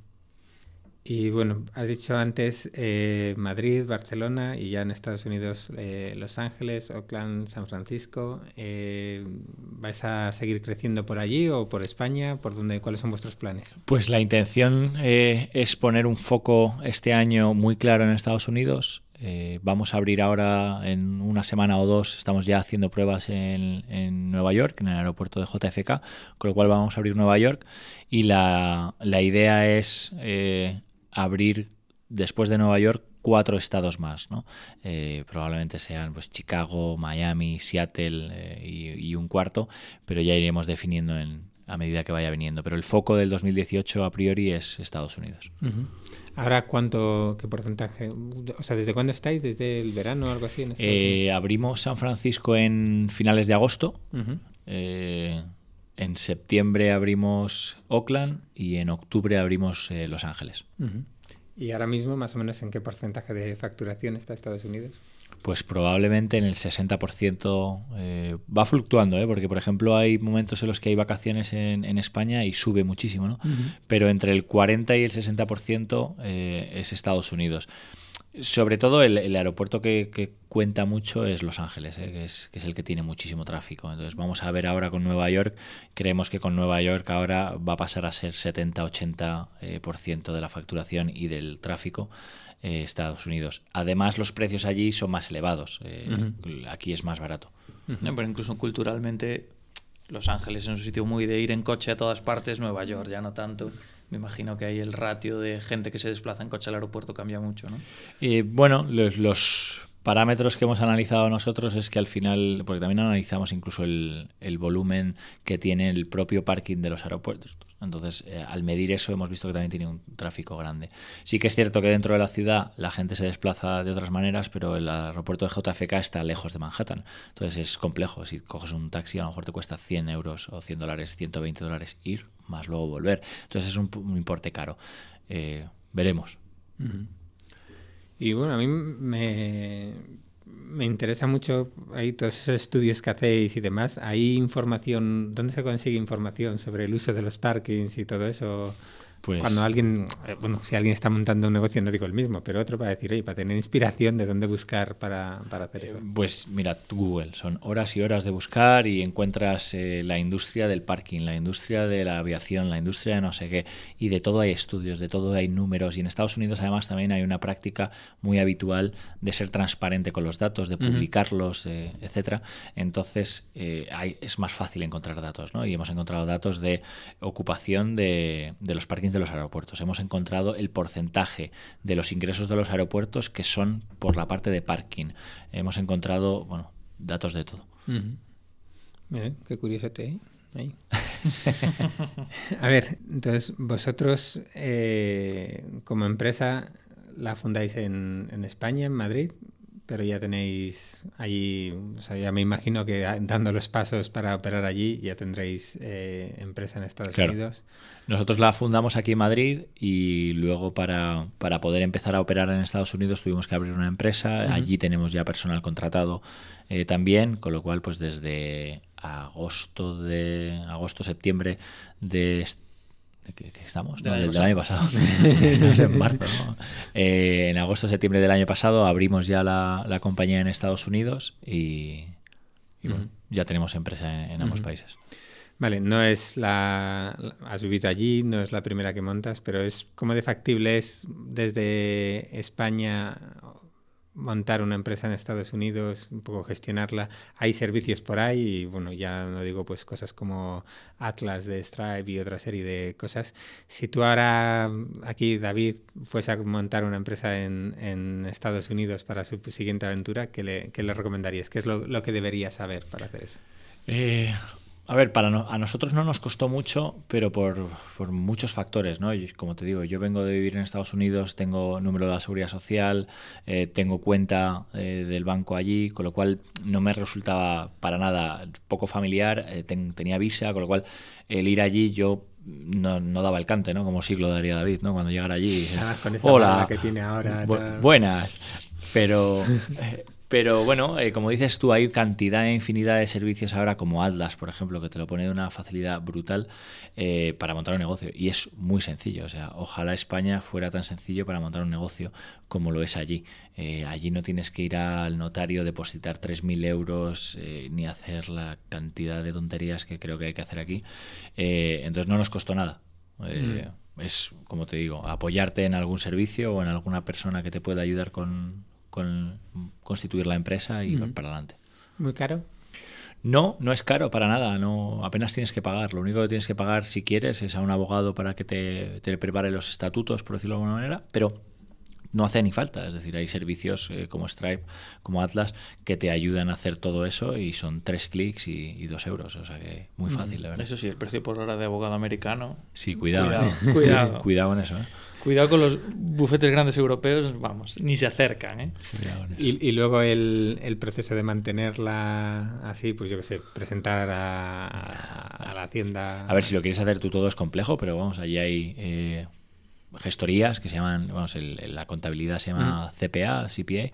Speaker 1: Y bueno, has dicho antes eh, Madrid, Barcelona y ya en Estados Unidos eh, Los Ángeles, Oakland, San Francisco. Eh, ¿Vais a seguir creciendo por allí o por España? ¿Por dónde? ¿Cuáles son vuestros planes?
Speaker 3: Pues la intención eh, es poner un foco este año muy claro en Estados Unidos. Eh, vamos a abrir ahora en una semana o dos, estamos ya haciendo pruebas en, en Nueva York, en el aeropuerto de J F K, con lo cual vamos a abrir Nueva York y la, la idea es eh, abrir después de Nueva York cuatro estados más, ¿no? Eh, probablemente sean pues Chicago, Miami, Seattle eh, y, y un cuarto, pero ya iremos definiendo en, a medida que vaya viniendo. Pero el foco del dos mil dieciocho a priori es Estados Unidos.
Speaker 1: Uh-huh. Ahora, ¿cuánto, qué porcentaje? O sea, ¿desde cuándo estáis? ¿Desde el verano o algo así? En
Speaker 3: eh, abrimos San Francisco en finales de agosto.
Speaker 1: Uh-huh.
Speaker 3: Eh, en septiembre abrimos Oakland y en octubre abrimos eh, Los Ángeles.
Speaker 1: Uh-huh. ¿Y ahora mismo, más o menos, en qué porcentaje de facturación está Estados Unidos?
Speaker 3: Pues probablemente en el sesenta por ciento. Eh, va fluctuando, ¿eh? Porque, por ejemplo, hay momentos en los que hay vacaciones en, en España y sube muchísimo, ¿no? Uh-huh. Pero entre el cuarenta y el sesenta por ciento eh, es Estados Unidos. Sobre todo el, el aeropuerto que, que cuenta mucho es Los Ángeles, ¿eh? que, es, que es el que tiene muchísimo tráfico. Entonces vamos a ver ahora con Nueva York. Creemos que con Nueva York ahora va a pasar a ser setenta a ochenta por ciento de la facturación y del tráfico eh, Estados Unidos. Además, los precios allí son más elevados. Eh, uh-huh. Aquí es más barato.
Speaker 2: Uh-huh. No, pero incluso culturalmente, Los Ángeles es un sitio muy de ir en coche a todas partes. Nueva York ya no tanto. Me imagino que ahí el ratio de gente que se desplaza en coche al aeropuerto cambia mucho, ¿no?
Speaker 3: Eh, bueno, los, los parámetros que hemos analizado nosotros es que al final, porque también analizamos incluso el, el volumen que tiene el propio parking de los aeropuertos. Entonces, eh, al medir eso hemos visto que también tiene un tráfico grande. Sí que es cierto que dentro de la ciudad la gente se desplaza de otras maneras, pero el aeropuerto de J F K está lejos de Manhattan. Entonces es complejo. Si coges un taxi a lo mejor te cuesta cien euros o cien dólares, ciento veinte dólares ir, más luego volver. Entonces es un, un importe caro. Eh, veremos.
Speaker 1: Uh-huh. Y bueno, a mí me, me interesa mucho ahí todos esos estudios que hacéis y demás. ¿Hay información, dónde se consigue información sobre el uso de los parkings y todo eso? Pues, cuando alguien, bueno, si alguien está montando un negocio, no digo el mismo, pero otro para decir, oye, para tener inspiración de dónde buscar para, para hacer eso.
Speaker 3: Pues mira, Google, son horas y horas de buscar y encuentras eh, la industria del parking, la industria de la aviación, la industria de no sé qué, y de todo hay estudios, de todo hay números, y en Estados Unidos además también hay una práctica muy habitual de ser transparente con los datos, de publicarlos, uh-huh. eh, etcétera. Entonces eh, hay, es más fácil encontrar datos, ¿no? Y hemos encontrado datos de ocupación de, de los parkings de los aeropuertos. Hemos encontrado el porcentaje de los ingresos de los aeropuertos que son por la parte de parking. Hemos encontrado, bueno, datos de todo.
Speaker 1: Uh-huh. Mira, qué curioso te ¿eh? Ahí. A ver, entonces vosotros eh, como empresa la fundáis en, en España, en Madrid, pero ya tenéis allí, o sea, ya me imagino que dando los pasos para operar allí ya tendréis eh, empresa en Estados
Speaker 3: claro.
Speaker 1: Unidos.
Speaker 3: Nosotros la fundamos aquí en Madrid y luego para, para poder empezar a operar en Estados Unidos tuvimos que abrir una empresa. Uh-huh. Allí tenemos ya personal contratado eh, también, con lo cual pues desde agosto de agosto septiembre de ¿De qué, qué estamos? No, del, del año pasado. Estamos en marzo, ¿no? Eh, en agosto, septiembre del año pasado abrimos ya la, la compañía en Estados Unidos y, y bueno, uh-huh. ya tenemos empresa en, en ambos uh-huh. países.
Speaker 1: Vale, no es la... Has vivido allí, no es la primera que montas, pero es ¿cómo de factible es desde España montar una empresa en Estados Unidos, un poco gestionarla? Hay servicios por ahí y bueno, ya no digo pues cosas como Atlas de Stripe y otra serie de cosas. Si tú ahora aquí, David, fuese a montar una empresa en, en Estados Unidos para su siguiente aventura, ¿qué le, qué le recomendarías? ¿Qué es lo, lo que debería saber para hacer eso?
Speaker 3: Eh... A ver, para no, a nosotros no nos costó mucho, pero por, por muchos factores, ¿no? Y como te digo, yo vengo de vivir en Estados Unidos, tengo número de la Seguridad Social, eh, tengo cuenta eh, del banco allí, con lo cual no me resultaba para nada poco familiar, eh, ten, tenía visa, con lo cual el ir allí yo no, no daba el cante, ¿no? Como siglo daría David, ¿no? Cuando llegara allí.
Speaker 1: Ah, con esa hola, que tiene ahora.
Speaker 3: Bu- buenas, pero... Eh, Pero bueno, eh, como dices tú, hay cantidad e infinidad de servicios ahora como Atlas, por ejemplo, que te lo pone de una facilidad brutal eh, para montar un negocio. Y es muy sencillo. O sea, ojalá España fuera tan sencillo para montar un negocio como lo es allí. Eh, allí no tienes que ir al notario, depositar tres mil euros, eh, ni hacer la cantidad de tonterías que creo que hay que hacer aquí. Eh, entonces no nos costó nada. Eh, mm. Es, como te digo, apoyarte en algún servicio o en alguna persona que te pueda ayudar con... con constituir la empresa y uh-huh. para adelante.
Speaker 1: ¿Muy caro?
Speaker 3: No, no es caro para nada, no, apenas tienes que pagar. Lo único que tienes que pagar si quieres es a un abogado para que te, te prepare los estatutos, por decirlo de alguna manera, pero no hace ni falta. Es decir, hay servicios eh, como Stripe, como Atlas, que te ayudan a hacer todo eso y son tres clics y, y dos euros. O sea que muy fácil, mm. la verdad.
Speaker 2: Eso sí, el precio por hora de abogado americano.
Speaker 3: Sí, cuidado.
Speaker 2: Cuidado,
Speaker 3: ¿eh?
Speaker 2: cuidado.
Speaker 3: Cuidado con eso, ¿eh?
Speaker 2: Cuidado con los bufetes grandes europeos, vamos, ni se acercan, ¿eh?
Speaker 1: Y, y luego el, el proceso de mantenerla así, pues yo qué sé, presentar a, a la Hacienda...
Speaker 3: A ver, si lo quieres hacer tú todo es complejo, pero vamos, allí hay... Eh, gestorías que se llaman, vamos, el, la contabilidad se llama C P A, C P A,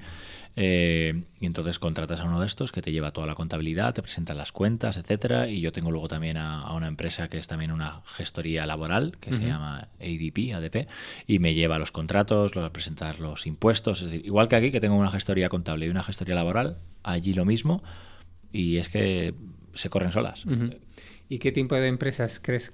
Speaker 3: eh, y entonces contratas a uno de estos que te lleva toda la contabilidad, te presentan las cuentas, etcétera, y yo tengo luego también a, a una empresa que es también una gestoría laboral que uh-huh. se llama A D P, A D P, y me lleva los contratos, los, a presentar los impuestos, es decir, igual que aquí que tengo una gestoría contable y una gestoría laboral, allí lo mismo, y es que se corren solas.
Speaker 1: Uh-huh. ¿Y qué tipo de empresas crees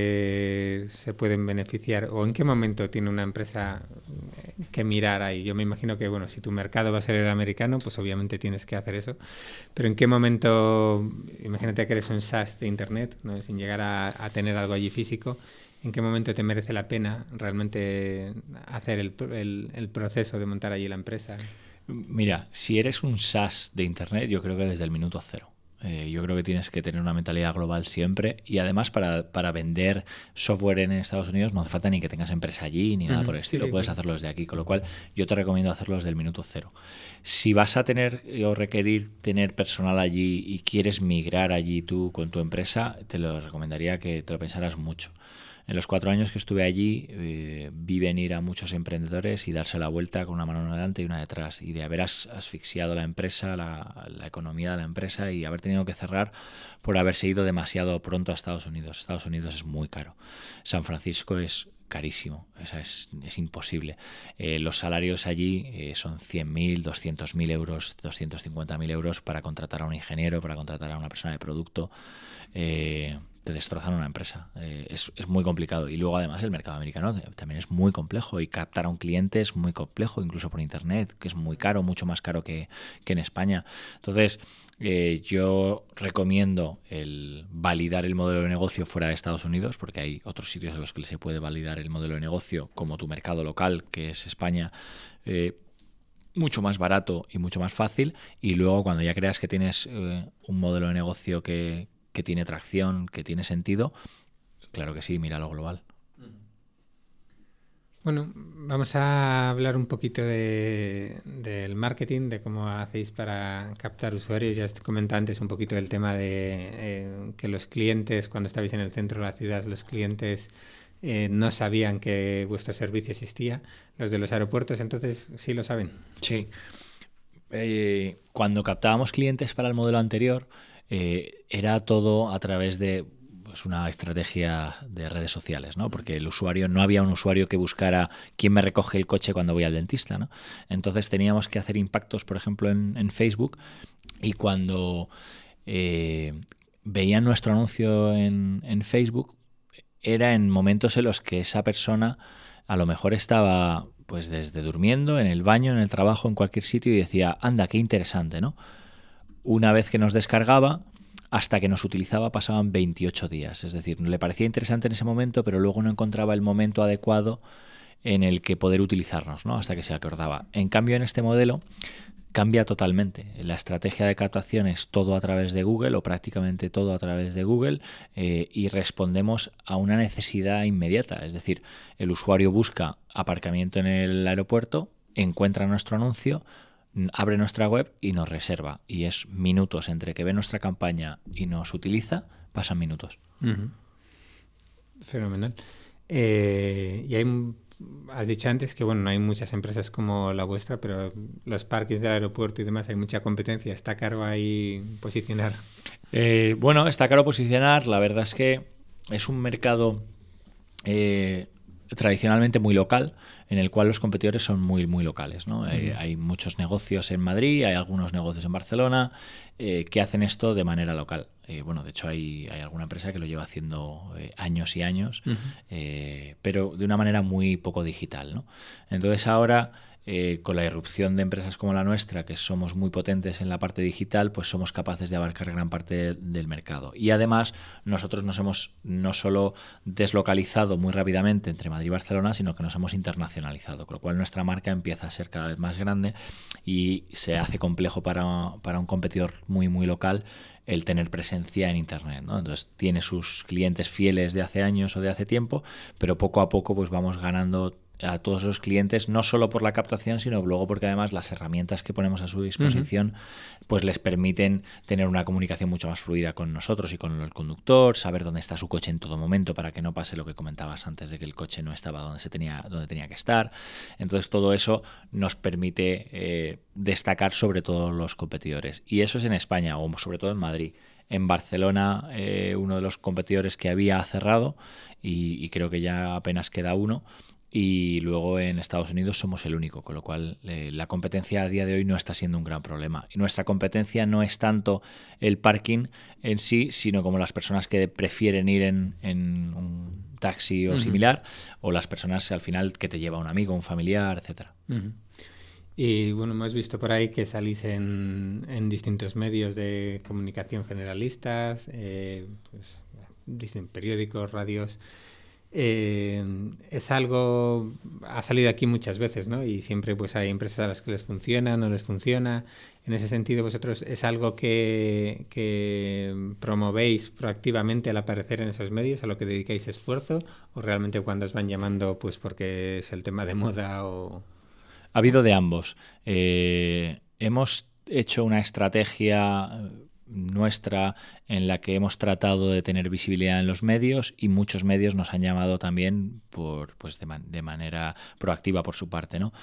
Speaker 1: que se pueden beneficiar? ¿O en qué momento tiene una empresa que mirar ahí? Yo me imagino que, bueno, si tu mercado va a ser el americano, pues obviamente tienes que hacer eso. Pero ¿en qué momento, imagínate que eres un SaaS de Internet, ¿no? Sin llegar a, a tener algo allí físico, ¿en qué momento te merece la pena realmente hacer el, el, el proceso de montar allí la empresa?
Speaker 3: Mira, si eres un SaaS de Internet, yo creo que desde el minuto cero. Eh, yo creo que tienes que tener una mentalidad global siempre y además para, para vender software en Estados Unidos no hace falta ni que tengas empresa allí ni nada uh-huh. por el estilo, sí, puedes sí. hacerlo desde aquí, con lo cual yo te recomiendo hacerlo desde el minuto cero. Si vas a tener o requerir tener personal allí y quieres migrar allí tú con tu empresa, te lo recomendaría que te lo pensaras mucho. En los cuatro años que estuve allí eh, vi venir a muchos emprendedores y darse la vuelta con una mano adelante y una detrás, y de haber as- asfixiado la empresa, la, la economía de la empresa, y haber tenido que cerrar por haberse ido demasiado pronto a Estados Unidos. Estados Unidos es muy caro. San Francisco es carísimo, o sea, es, es imposible. Eh, los salarios allí eh, son cien mil, doscientos mil euros, doscientos cincuenta mil euros para contratar a un ingeniero, para contratar a una persona de producto. Eh, te destrozan una empresa. Eh, es, es muy complicado. Y luego además el mercado americano también es muy complejo y captar a un cliente es muy complejo, incluso por internet, que es muy caro, mucho más caro que, que en España. Entonces, eh, yo recomiendo el validar el modelo de negocio fuera de Estados Unidos, porque hay otros sitios en los que se puede validar el modelo de negocio, como tu mercado local, que es España, eh, mucho más barato y mucho más fácil. Y luego cuando ya creas que tienes eh, un modelo de negocio que que tiene tracción, que tiene sentido, claro que sí, mira lo global.
Speaker 1: Bueno, vamos a hablar un poquito de, del marketing, de cómo hacéis para captar usuarios. Ya comenté antes un poquito del tema de eh, que los clientes, cuando estabais en el centro de la ciudad, los clientes eh, no sabían que vuestro servicio existía. Los de los aeropuertos, entonces, ¿sí lo saben?
Speaker 3: Sí. Eh, cuando captábamos clientes para el modelo anterior, Eh, era todo a través de pues, una estrategia de redes sociales, ¿no? Porque el usuario, no había un usuario que buscara quién me recoge el coche cuando voy al dentista, ¿no? Entonces teníamos que hacer impactos, por ejemplo, en, en Facebook, y cuando eh, veían nuestro anuncio en, en Facebook, era en momentos en los que esa persona a lo mejor estaba pues desde durmiendo, en el baño, en el trabajo, en cualquier sitio, y decía, anda, qué interesante, ¿no? Una vez que nos descargaba, hasta que nos utilizaba pasaban veintiocho días. Es decir, le parecía interesante en ese momento, pero luego no encontraba el momento adecuado en el que poder utilizarnos, ¿no? Hasta que se acordaba. En cambio, en este modelo cambia totalmente. La estrategia de captación es todo a través de Google, o prácticamente todo a través de Google, eh, y respondemos a una necesidad inmediata. Es decir, el usuario busca aparcamiento en el aeropuerto, encuentra nuestro anuncio, abre nuestra web y nos reserva. Y es minutos entre que ve nuestra campaña y nos utiliza, pasan minutos.
Speaker 1: Uh-huh. Fenomenal. Eh, y hay, has dicho antes que bueno, no hay muchas empresas como la vuestra, pero los parkings del aeropuerto y demás, hay mucha competencia. ¿Está caro ahí posicionar?
Speaker 3: Eh, bueno, está caro posicionar. La verdad es que es un mercado eh, tradicionalmente muy local, en el cual los competidores son muy, muy locales, ¿no? Uh-huh. Eh, hay muchos negocios en Madrid, hay algunos negocios en Barcelona eh, que hacen esto de manera local. Eh, bueno, de hecho hay, hay alguna empresa que lo lleva haciendo eh, años y años, uh-huh. eh, pero de una manera muy poco digital, ¿no? Entonces ahora, eh, con la irrupción de empresas como la nuestra, que somos muy potentes en la parte digital, pues somos capaces de abarcar gran parte del mercado. Y además nosotros nos hemos no solo deslocalizado muy rápidamente entre Madrid y Barcelona, sino que nos hemos internacionalizado, con lo cual nuestra marca empieza a ser cada vez más grande y se hace complejo para, para un competidor muy, muy local el tener presencia en Internet, ¿no? Entonces tiene sus clientes fieles de hace años o de hace tiempo, pero poco a poco pues vamos ganando a todos los clientes, no solo por la captación, sino luego porque además las herramientas que ponemos a su disposición uh-huh. pues les permiten tener una comunicación mucho más fluida con nosotros y con el conductor, saber dónde está su coche en todo momento para que no pase lo que comentabas antes de que el coche no estaba donde se tenía, donde tenía que estar. Entonces todo eso nos permite eh, destacar sobre todos los competidores. Y eso es en España, o sobre todo en Madrid. En Barcelona, eh, uno de los competidores que había cerrado y, y creo que ya apenas queda uno. Y luego en Estados Unidos somos el único, con lo cual eh, la competencia a día de hoy no está siendo un gran problema. Y nuestra competencia no es tanto el parking en sí, sino como las personas que prefieren ir en, en un taxi o uh-huh. similar, o las personas al final que te lleva un amigo, un familiar, etcétera.
Speaker 1: Uh-huh. Y bueno, hemos visto por ahí que salís en, en distintos medios de comunicación generalistas, eh, pues, periódicos, radios. Eh, es algo, ha salido aquí muchas veces, ¿no? Y siempre pues hay empresas a las que les funciona, no les funciona. En ese sentido, vosotros, ¿es algo que, que promovéis proactivamente al aparecer en esos medios, a lo que dedicáis esfuerzo? ¿O realmente cuando os van llamando pues porque es el tema de moda? O
Speaker 3: ha habido de ambos. Eh, hemos hecho una estrategia nuestra en la que hemos tratado de tener visibilidad en los medios y muchos medios nos han llamado también por, pues de, man- de manera proactiva por su parte, ¿no?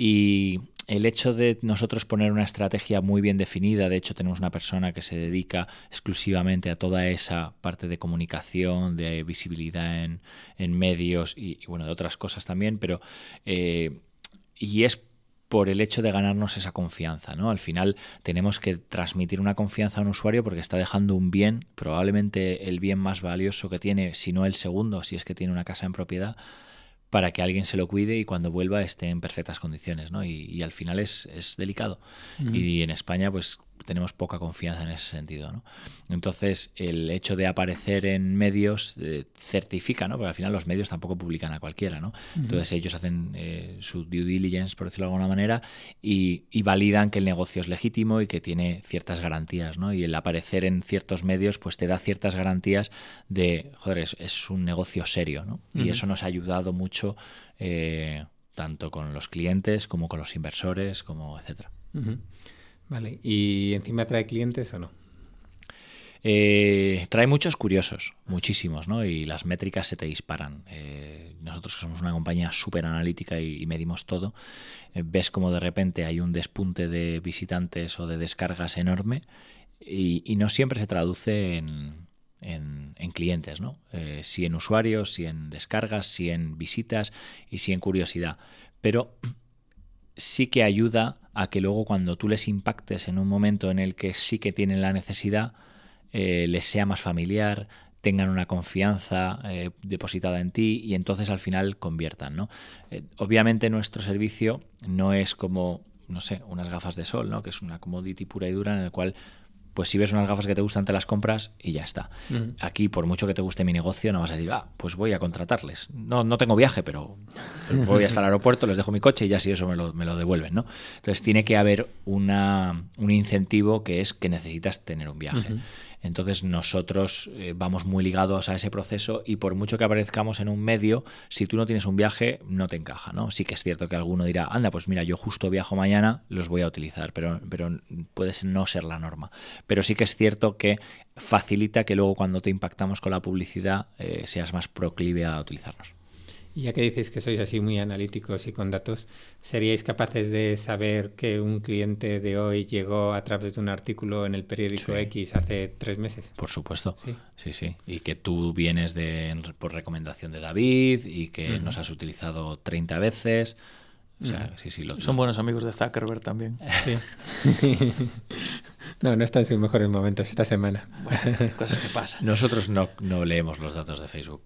Speaker 3: Y el hecho de nosotros poner una estrategia muy bien definida, de hecho tenemos una persona que se dedica exclusivamente a toda esa parte de comunicación, de visibilidad en, en medios y, y bueno, de otras cosas también, pero eh, y es por el hecho de ganarnos esa confianza, ¿no? Al final tenemos que transmitir una confianza a un usuario porque está dejando un bien, probablemente el bien más valioso que tiene, si no el segundo, si es que tiene una casa en propiedad, para que alguien se lo cuide y cuando vuelva esté en perfectas condiciones, ¿no? Y, y al final es, es delicado. Uh-huh. Y en España, pues tenemos poca confianza en ese sentido, ¿no? Entonces, el hecho de aparecer en medios eh, certifica, ¿no? Porque al final los medios tampoco publican a cualquiera, ¿no? Uh-huh. Entonces ellos hacen eh, su due diligence, por decirlo de alguna manera, y, y validan que el negocio es legítimo y que tiene ciertas garantías, ¿no? Y el aparecer en ciertos medios, pues te da ciertas garantías de, joder, es, es un negocio serio, ¿no? Uh-huh. Y eso nos ha ayudado mucho, eh, tanto con los clientes como con los inversores, como etcétera.
Speaker 1: Uh-huh. Vale, ¿y encima trae clientes o no?
Speaker 3: Eh, trae muchos curiosos, muchísimos, ¿no? Y las métricas se te disparan. Eh, nosotros que somos una compañía súper analítica y, y medimos todo, eh, ves como de repente hay un despunte de visitantes o de descargas enorme y, y no siempre se traduce en, en, en clientes, ¿no? Eh, sí en usuarios, sí en descargas, sí en visitas y sí en curiosidad. Pero sí que ayuda a que luego cuando tú les impactes en un momento en el que sí que tienen la necesidad, eh, les sea más familiar, tengan una confianza eh, depositada en ti y entonces al final conviertan, ¿no? Eh, obviamente nuestro servicio no es como, no sé, unas gafas de sol, ¿no? Que es una commodity pura y dura en el cual pues si ves unas gafas que te gustan te las compras y ya está. Uh-huh. Aquí, por mucho que te guste mi negocio, no vas a decir, ah, pues voy a contratarles. No, no tengo viaje, pero, pero voy hasta el aeropuerto, les dejo mi coche y ya si eso me lo, me lo devuelven, ¿no? Entonces tiene que haber una, un incentivo que es que necesitas tener un viaje. Uh-huh. Entonces nosotros eh, vamos muy ligados a ese proceso y por mucho que aparezcamos en un medio, si tú no tienes un viaje, no te encaja, ¿no? Sí que es cierto que alguno dirá, anda, pues mira, yo justo viajo mañana, los voy a utilizar, pero, pero puede no ser la norma. Pero sí que es cierto que facilita que luego cuando te impactamos con la publicidad eh, seas más proclive a utilizarnos.
Speaker 1: Y ya que dices que sois así muy analíticos y con datos, ¿seríais capaces de saber que un cliente de hoy llegó a través de un artículo en el periódico sí. X hace tres meses?
Speaker 3: Por supuesto, sí, sí, sí. Y que tú vienes de por recomendación de David y que uh-huh. nos has utilizado treinta veces. O sea, uh-huh. sí, sí. Lo,
Speaker 2: Son buenos amigos de Zuckerberg también.
Speaker 1: Sí. No, no está en sus mejores momentos esta semana.
Speaker 2: Bueno, cosas que pasan.
Speaker 3: Nosotros no, no leemos los datos de Facebook.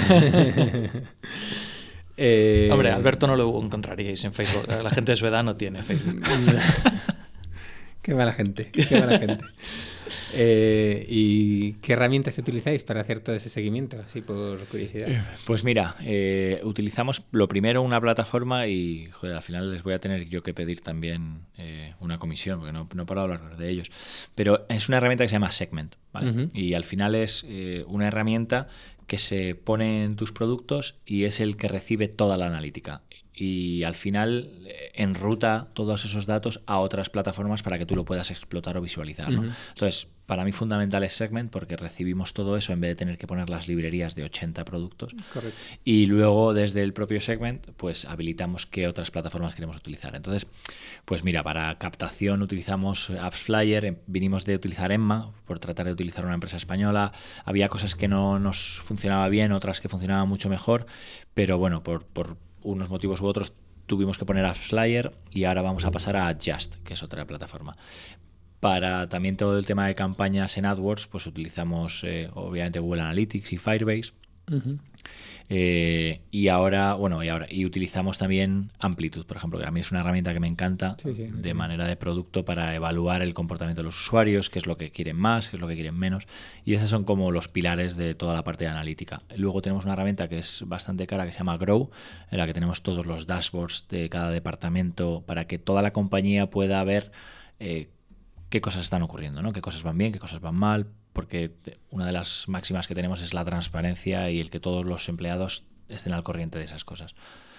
Speaker 2: eh... Hombre, Alberto no lo encontraríais en Facebook. La gente de su edad no tiene Facebook.
Speaker 1: Qué mala gente, qué mala gente. Eh, ¿Y qué herramientas utilizáis para hacer todo ese seguimiento? Así por curiosidad.
Speaker 3: Pues mira, eh, utilizamos lo primero una plataforma y joder, al final les voy a tener yo que pedir también eh, una comisión, porque no, no paro de hablar de ellos. Pero es una herramienta que se llama Segment, ¿vale? Uh-huh. Y al final es eh, una herramienta que se pone en tus productos y es el que recibe toda la analítica. Y al final eh, enruta todos esos datos a otras plataformas para que tú lo puedas explotar o visualizar, ¿no? Uh-huh. Entonces, para mí fundamental es Segment porque recibimos todo eso en vez de tener que poner las librerías de ochenta productos.
Speaker 1: Correcto.
Speaker 3: Y luego desde el propio Segment pues habilitamos qué otras plataformas queremos utilizar. Entonces, pues mira, para captación utilizamos AppsFlyer, vinimos de utilizar Emma por tratar de utilizar una empresa española. Había cosas que no nos funcionaba bien, otras que funcionaban mucho mejor, pero bueno, por, por unos motivos u otros tuvimos que poner AppsFlyer y ahora vamos a pasar a Just, que es otra plataforma. Para también todo el tema de campañas en AdWords, pues utilizamos eh, obviamente Google Analytics y Firebase. Uh-huh. Eh, y ahora, bueno, y ahora y utilizamos también Amplitude, por ejemplo, que a mí es una herramienta que me encanta sí, sí, de sí. manera de producto para evaluar el comportamiento de los usuarios, qué es lo que quieren más, qué es lo que quieren menos, y esos son como los pilares de toda la parte de analítica. Luego tenemos una herramienta que es bastante cara que se llama Grow, en la que tenemos todos los dashboards de cada departamento para que toda la compañía pueda ver eh, qué cosas están ocurriendo, ¿no? Qué cosas van bien, qué cosas van mal, porque una de las máximas que tenemos es la transparencia y el que todos los empleados estén al corriente de esas cosas.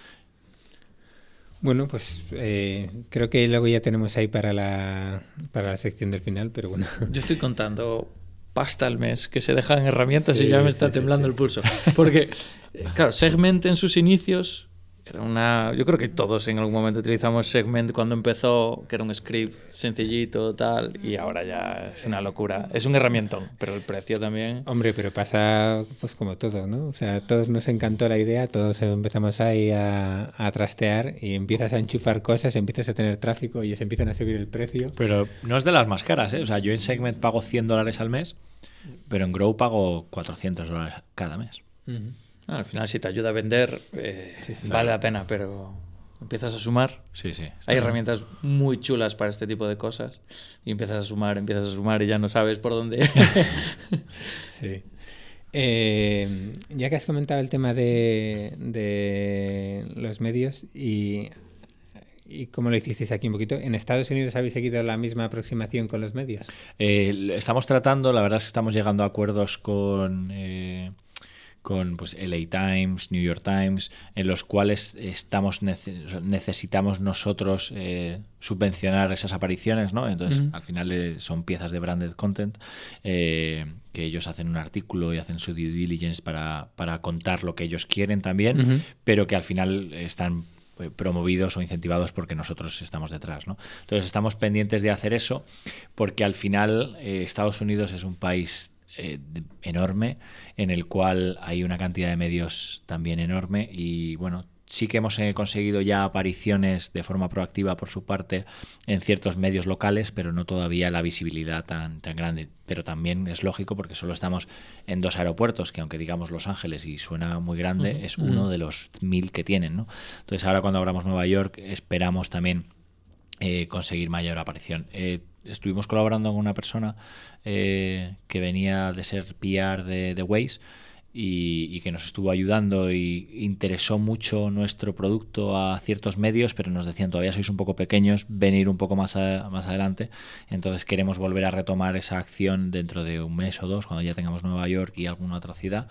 Speaker 1: Bueno, pues eh, creo que luego ya tenemos ahí para la, para la sección del final, pero bueno.
Speaker 2: Yo estoy contando pasta al mes que se dejan herramientas sí, y ya me está
Speaker 1: sí,
Speaker 2: temblando sí, sí. el pulso. Porque, claro, Segment en sus inicios... Era una, yo creo que todos en algún momento utilizamos Segment cuando empezó, que era un script sencillito, tal, y ahora ya es una locura. Es un herramientón, pero el precio también...
Speaker 1: Hombre, pero pasa pues como todo, ¿no? O sea, a todos nos encantó la idea, todos empezamos ahí a, a trastear y empiezas a enchufar cosas, empiezas a tener tráfico y se empiezan a subir el precio.
Speaker 3: Pero no es de las más caras, ¿eh? O sea, yo en Segment pago cien dólares al mes, pero en Grow pago cuatrocientos dólares cada mes.
Speaker 2: Uh-huh. Al final, si te ayuda a vender, eh, sí, sí, vale claro. la pena, pero empiezas a sumar.
Speaker 3: Sí, sí.
Speaker 2: Hay
Speaker 3: bien.
Speaker 2: herramientas muy chulas para este tipo de cosas y empiezas a sumar, empiezas a sumar y ya no sabes por dónde.
Speaker 1: Sí. Eh, ya que has comentado el tema de, de los medios y, y cómo lo hicisteis aquí un poquito, ¿en Estados Unidos habéis seguido la misma aproximación con los medios?
Speaker 3: Eh, estamos tratando, la verdad es que estamos llegando a acuerdos con... Eh, con pues L A Times, New York Times, en los cuales estamos nece- necesitamos nosotros eh, subvencionar esas apariciones, ¿no? Entonces, uh-huh. al final eh, son piezas de branded content eh, que ellos hacen un artículo y hacen su due diligence para, para contar lo que ellos quieren también, uh-huh. pero que al final están promovidos o incentivados porque nosotros estamos detrás, ¿no? Entonces, estamos pendientes de hacer eso porque al final eh, Estados Unidos es un país Eh, de, enorme, en el cual hay una cantidad de medios también enorme y bueno, sí que hemos eh, conseguido ya apariciones de forma proactiva por su parte en ciertos medios locales, pero no todavía la visibilidad tan, tan grande, pero también es lógico porque solo estamos en dos aeropuertos, que aunque digamos Los Ángeles y suena muy grande, uh-huh. es uno de los mil que tienen, ¿no? Entonces ahora cuando abramos Nueva York esperamos también eh, conseguir mayor aparición. Eh, estuvimos colaborando con una persona eh, que venía de ser P R de, de Waze y, y que nos estuvo ayudando y interesó mucho nuestro producto a ciertos medios, pero nos decían todavía sois un poco pequeños, venir un poco más, a, más adelante. Entonces queremos volver a retomar esa acción dentro de un mes o dos, cuando ya tengamos Nueva York y alguna otra ciudad.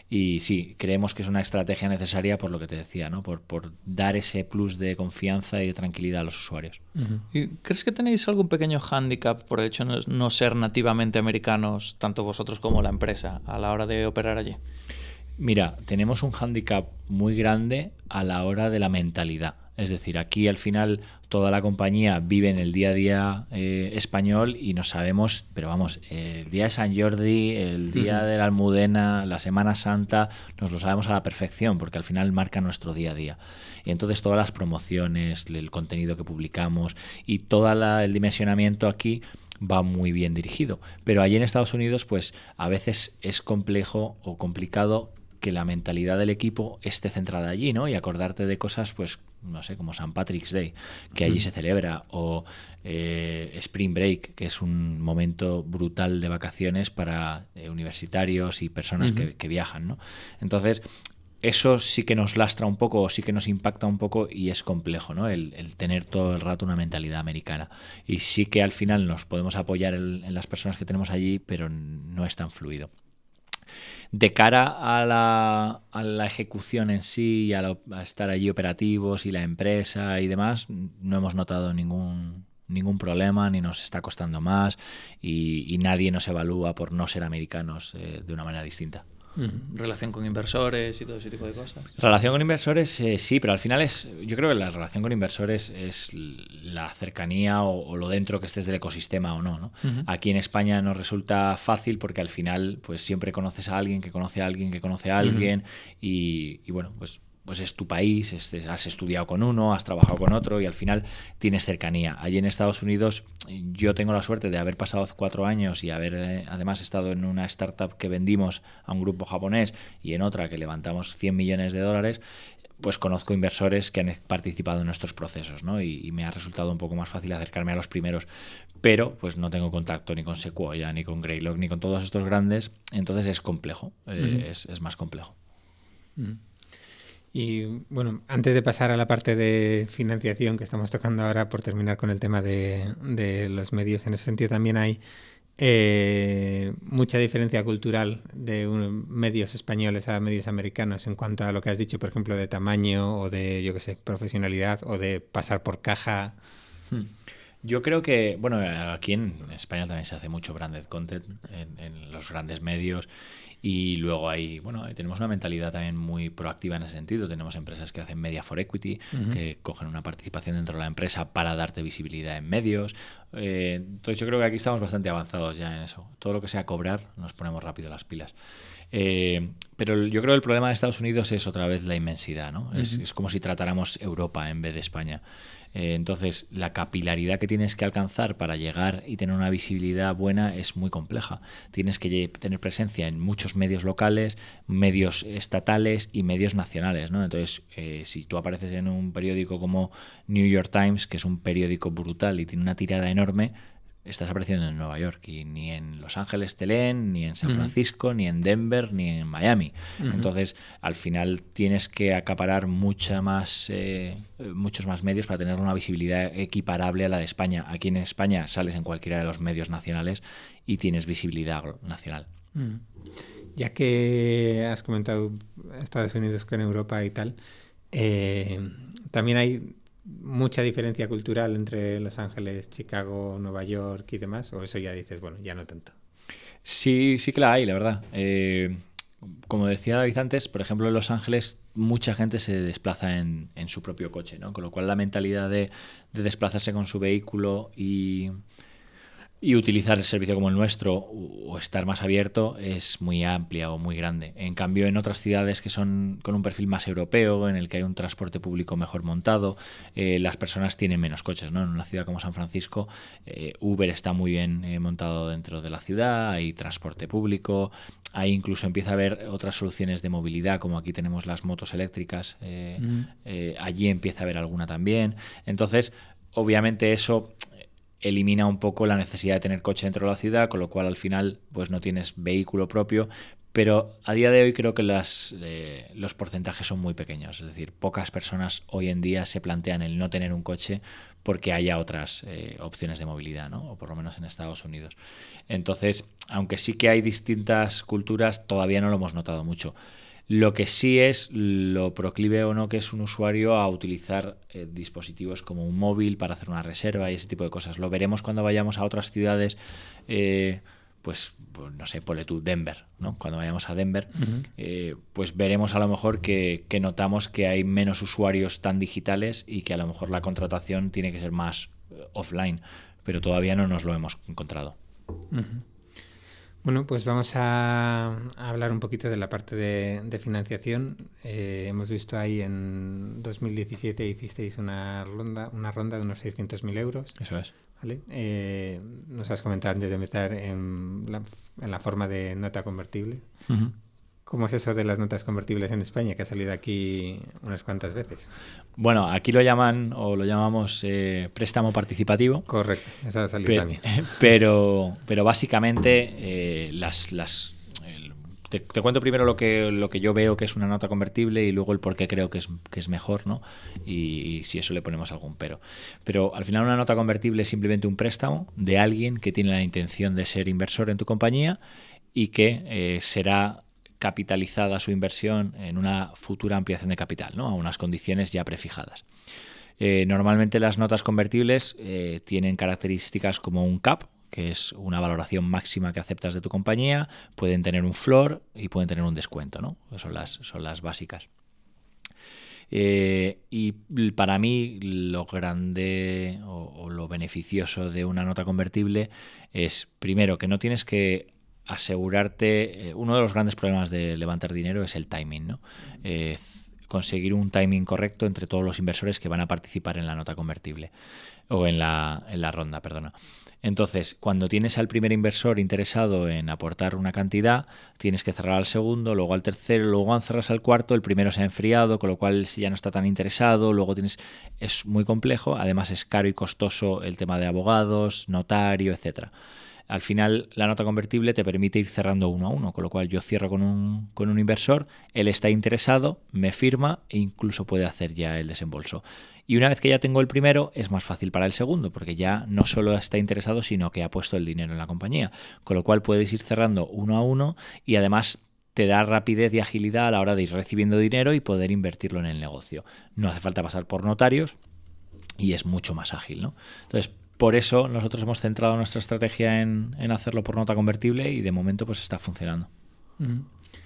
Speaker 3: Y sí, creemos que es una estrategia necesaria por lo que te decía, ¿no? Por, por dar ese plus de confianza y de tranquilidad a los usuarios.
Speaker 2: Uh-huh. ¿Y crees que tenéis algún pequeño hándicap por el hecho de no ser nativamente americanos, tanto vosotros como la empresa, a la hora de operar allí?
Speaker 3: Mira, tenemos un hándicap muy grande a la hora de la mentalidad. Es decir, aquí al final toda la compañía vive en el día a día eh, español y no sabemos, pero vamos, eh, el día de San Jordi, el día uh-huh. de la Almudena, la Semana Santa, nos lo sabemos a la perfección porque al final marca nuestro día a día. Y entonces todas las promociones, el contenido que publicamos y todo el dimensionamiento aquí va muy bien dirigido. Pero allí en Estados Unidos, pues a veces es complejo o complicado que la mentalidad del equipo esté centrada allí, ¿no? Y acordarte de cosas, pues, no sé, como Saint Patrick's Day, que allí mm. se celebra, o eh, Spring Break, que es un momento brutal de vacaciones para eh, universitarios y personas uh-huh. que, que viajan, ¿no? Entonces, eso sí que nos lastra un poco, o sí que nos impacta un poco, y es complejo, ¿no? El, el tener todo el rato una mentalidad americana. Y sí que al final nos podemos apoyar en, en las personas que tenemos allí, pero no es tan fluido. De cara a la, a la ejecución en sí y a, lo, a estar allí operativos y la empresa y demás, no hemos notado ningún, ningún problema, ni nos está costando más, y, y nadie nos evalúa por no ser americanos eh, de una manera distinta.
Speaker 2: Relación con inversores y todo ese tipo de cosas.
Speaker 3: Relación con inversores, eh, sí, pero al final es, yo creo que la relación con inversores es la cercanía o, o lo dentro que estés del ecosistema o no, ¿no? Uh-huh. Aquí en España nos resulta fácil porque al final pues siempre conoces a alguien que conoce a alguien que conoce a alguien uh-huh. y, y bueno, pues pues es tu país, es, es, has estudiado con uno, has trabajado con otro y al final tienes cercanía. Allí en Estados Unidos yo tengo la suerte de haber pasado cuatro años y haber eh, además estado en una startup que vendimos a un grupo japonés y en otra que levantamos cien millones de dólares. Pues conozco inversores que han participado en nuestros procesos, ¿no? Y, y me ha resultado un poco más fácil acercarme a los primeros, pero pues no tengo contacto ni con Sequoia, ni con Greylock, ni con todos estos grandes, entonces es complejo, eh, uh-huh. es, es más complejo.
Speaker 1: Uh-huh. Y bueno, antes de pasar a la parte de financiación que estamos tocando ahora, por terminar con el tema de, de los medios, en ese sentido también hay eh, mucha diferencia cultural de un, medios españoles a medios americanos en cuanto a lo que has dicho, por ejemplo, de tamaño o de, yo qué sé, profesionalidad o de pasar por caja.
Speaker 3: Hmm. Yo creo que, bueno, aquí en España también se hace mucho branded content en, en los grandes medios. Y luego hay, bueno, tenemos una mentalidad también muy proactiva en ese sentido. Tenemos empresas que hacen media for equity, uh-huh. que cogen una participación dentro de la empresa para darte visibilidad en medios. Eh, entonces yo creo que aquí estamos bastante avanzados ya en eso. Todo lo que sea cobrar, nos ponemos rápido las pilas. Eh, pero yo creo que el problema de Estados Unidos es otra vez la inmensidad, ¿no? Uh-huh. Es, es como si tratáramos Europa en vez de España. Eh, entonces, la capilaridad que tienes que alcanzar para llegar y tener una visibilidad buena es muy compleja. Tienes que tener presencia en muchos medios locales, medios estatales y medios nacionales, ¿no? Entonces, eh, si tú apareces en un periódico como New York Times, que es un periódico brutal y tiene una tirada enorme, estás apareciendo en Nueva York y ni en Los Ángeles te leen, ni en San Francisco, uh-huh. ni en Denver, ni en Miami. Uh-huh. Entonces, al final tienes que acaparar mucha más, eh, muchos más medios para tener una visibilidad equiparable a la de España. Aquí en España sales en cualquiera de los medios nacionales y tienes visibilidad nacional.
Speaker 1: Uh-huh. Ya que has comentado Estados Unidos con Europa y tal, eh, también hay mucha diferencia cultural entre Los Ángeles, Chicago, Nueva York y demás, o eso ya dices, bueno, ya no tanto.
Speaker 3: Sí, sí que la hay, la verdad. Eh, como decía David antes, por ejemplo, en Los Ángeles mucha gente se desplaza en, en su propio coche, ¿no? Con lo cual la mentalidad de, de desplazarse con su vehículo y... y utilizar el servicio como el nuestro o estar más abierto es muy amplia o muy grande. En cambio, en otras ciudades que son con un perfil más europeo, en el que hay un transporte público mejor montado, eh, las personas tienen menos coches, ¿no? En una ciudad como San Francisco, eh, Uber está muy bien eh, montado dentro de la ciudad, hay transporte público, ahí incluso empieza a haber otras soluciones de movilidad, como aquí tenemos las motos eléctricas, eh, mm. eh, allí empieza a haber alguna también. Entonces, obviamente eso elimina un poco la necesidad de tener coche dentro de la ciudad, con lo cual al final pues no tienes vehículo propio, pero a día de hoy creo que las, eh, los porcentajes son muy pequeños, es decir, pocas personas hoy en día se plantean el no tener un coche porque haya otras eh, opciones de movilidad, ¿no? O por lo menos en Estados Unidos. Entonces, aunque sí que hay distintas culturas, todavía no lo hemos notado mucho. Lo que sí es lo proclive o no que es un usuario a utilizar eh, dispositivos como un móvil para hacer una reserva y ese tipo de cosas. Lo veremos cuando vayamos a otras ciudades, eh, pues, pues no sé, ponle tú Denver, ¿no? Cuando vayamos a Denver, uh-huh. eh, pues veremos a lo mejor que, que notamos que hay menos usuarios tan digitales y que a lo mejor la contratación tiene que ser más eh, offline, pero todavía no nos lo hemos encontrado.
Speaker 1: Uh-huh. Bueno, pues vamos a, a hablar un poquito de la parte de, de financiación. Eh, hemos visto ahí en dos mil diecisiete hicisteis una ronda, una ronda de unos seiscientos mil euros.
Speaker 3: Eso es.
Speaker 1: ¿Vale? Eh, nos has comentado antes de empezar en la, en la forma de nota convertible. Uh-huh. ¿Cómo es eso de las notas convertibles en España, que ha salido aquí unas cuantas veces?
Speaker 3: Bueno, aquí lo llaman o lo llamamos eh, préstamo participativo.
Speaker 1: Correcto, eso ha salido también.
Speaker 3: Pero, pero básicamente eh, las... las el, te, te cuento primero lo que, lo que yo veo que es una nota convertible y luego el por qué creo que es, que es mejor, ¿no? Y, y si eso le ponemos algún pero. Pero al final una nota convertible es simplemente un préstamo de alguien que tiene la intención de ser inversor en tu compañía y que eh, será capitalizada su inversión en una futura ampliación de capital, ¿no? A unas condiciones ya prefijadas. Eh, normalmente las notas convertibles eh, tienen características como un cap, que es una valoración máxima que aceptas de tu compañía, pueden tener un floor y pueden tener un descuento, ¿no? Son las, son las básicas. Eh, y para mí lo grande o, o lo beneficioso de una nota convertible es, primero, que no tienes que asegurarte, eh, uno de los grandes problemas de levantar dinero es el timing, ¿no? Eh, conseguir un timing correcto entre todos los inversores que van a participar en la nota convertible o en la, en la ronda, perdona. Entonces, cuando tienes al primer inversor interesado en aportar una cantidad, tienes que cerrar al segundo, luego al tercero, luego cerras al cuarto, el primero se ha enfriado, con lo cual ya no está tan interesado, luego tienes... Es muy complejo, además es caro y costoso el tema de abogados, notario, etcétera. Al final, la nota convertible te permite ir cerrando uno a uno, con lo cual yo cierro con un, con un inversor, él está interesado, me firma e incluso puede hacer ya el desembolso. Y una vez que ya tengo el primero, es más fácil para el segundo, porque ya no solo está interesado, sino que ha puesto el dinero en la compañía. Con lo cual puedes ir cerrando uno a uno y además te da rapidez y agilidad a la hora de ir recibiendo dinero y poder invertirlo en el negocio. No hace falta pasar por notarios y es mucho más ágil, ¿no? Entonces, por eso nosotros hemos centrado nuestra estrategia en, en hacerlo por nota convertible y de momento pues está funcionando.
Speaker 1: Uh-huh.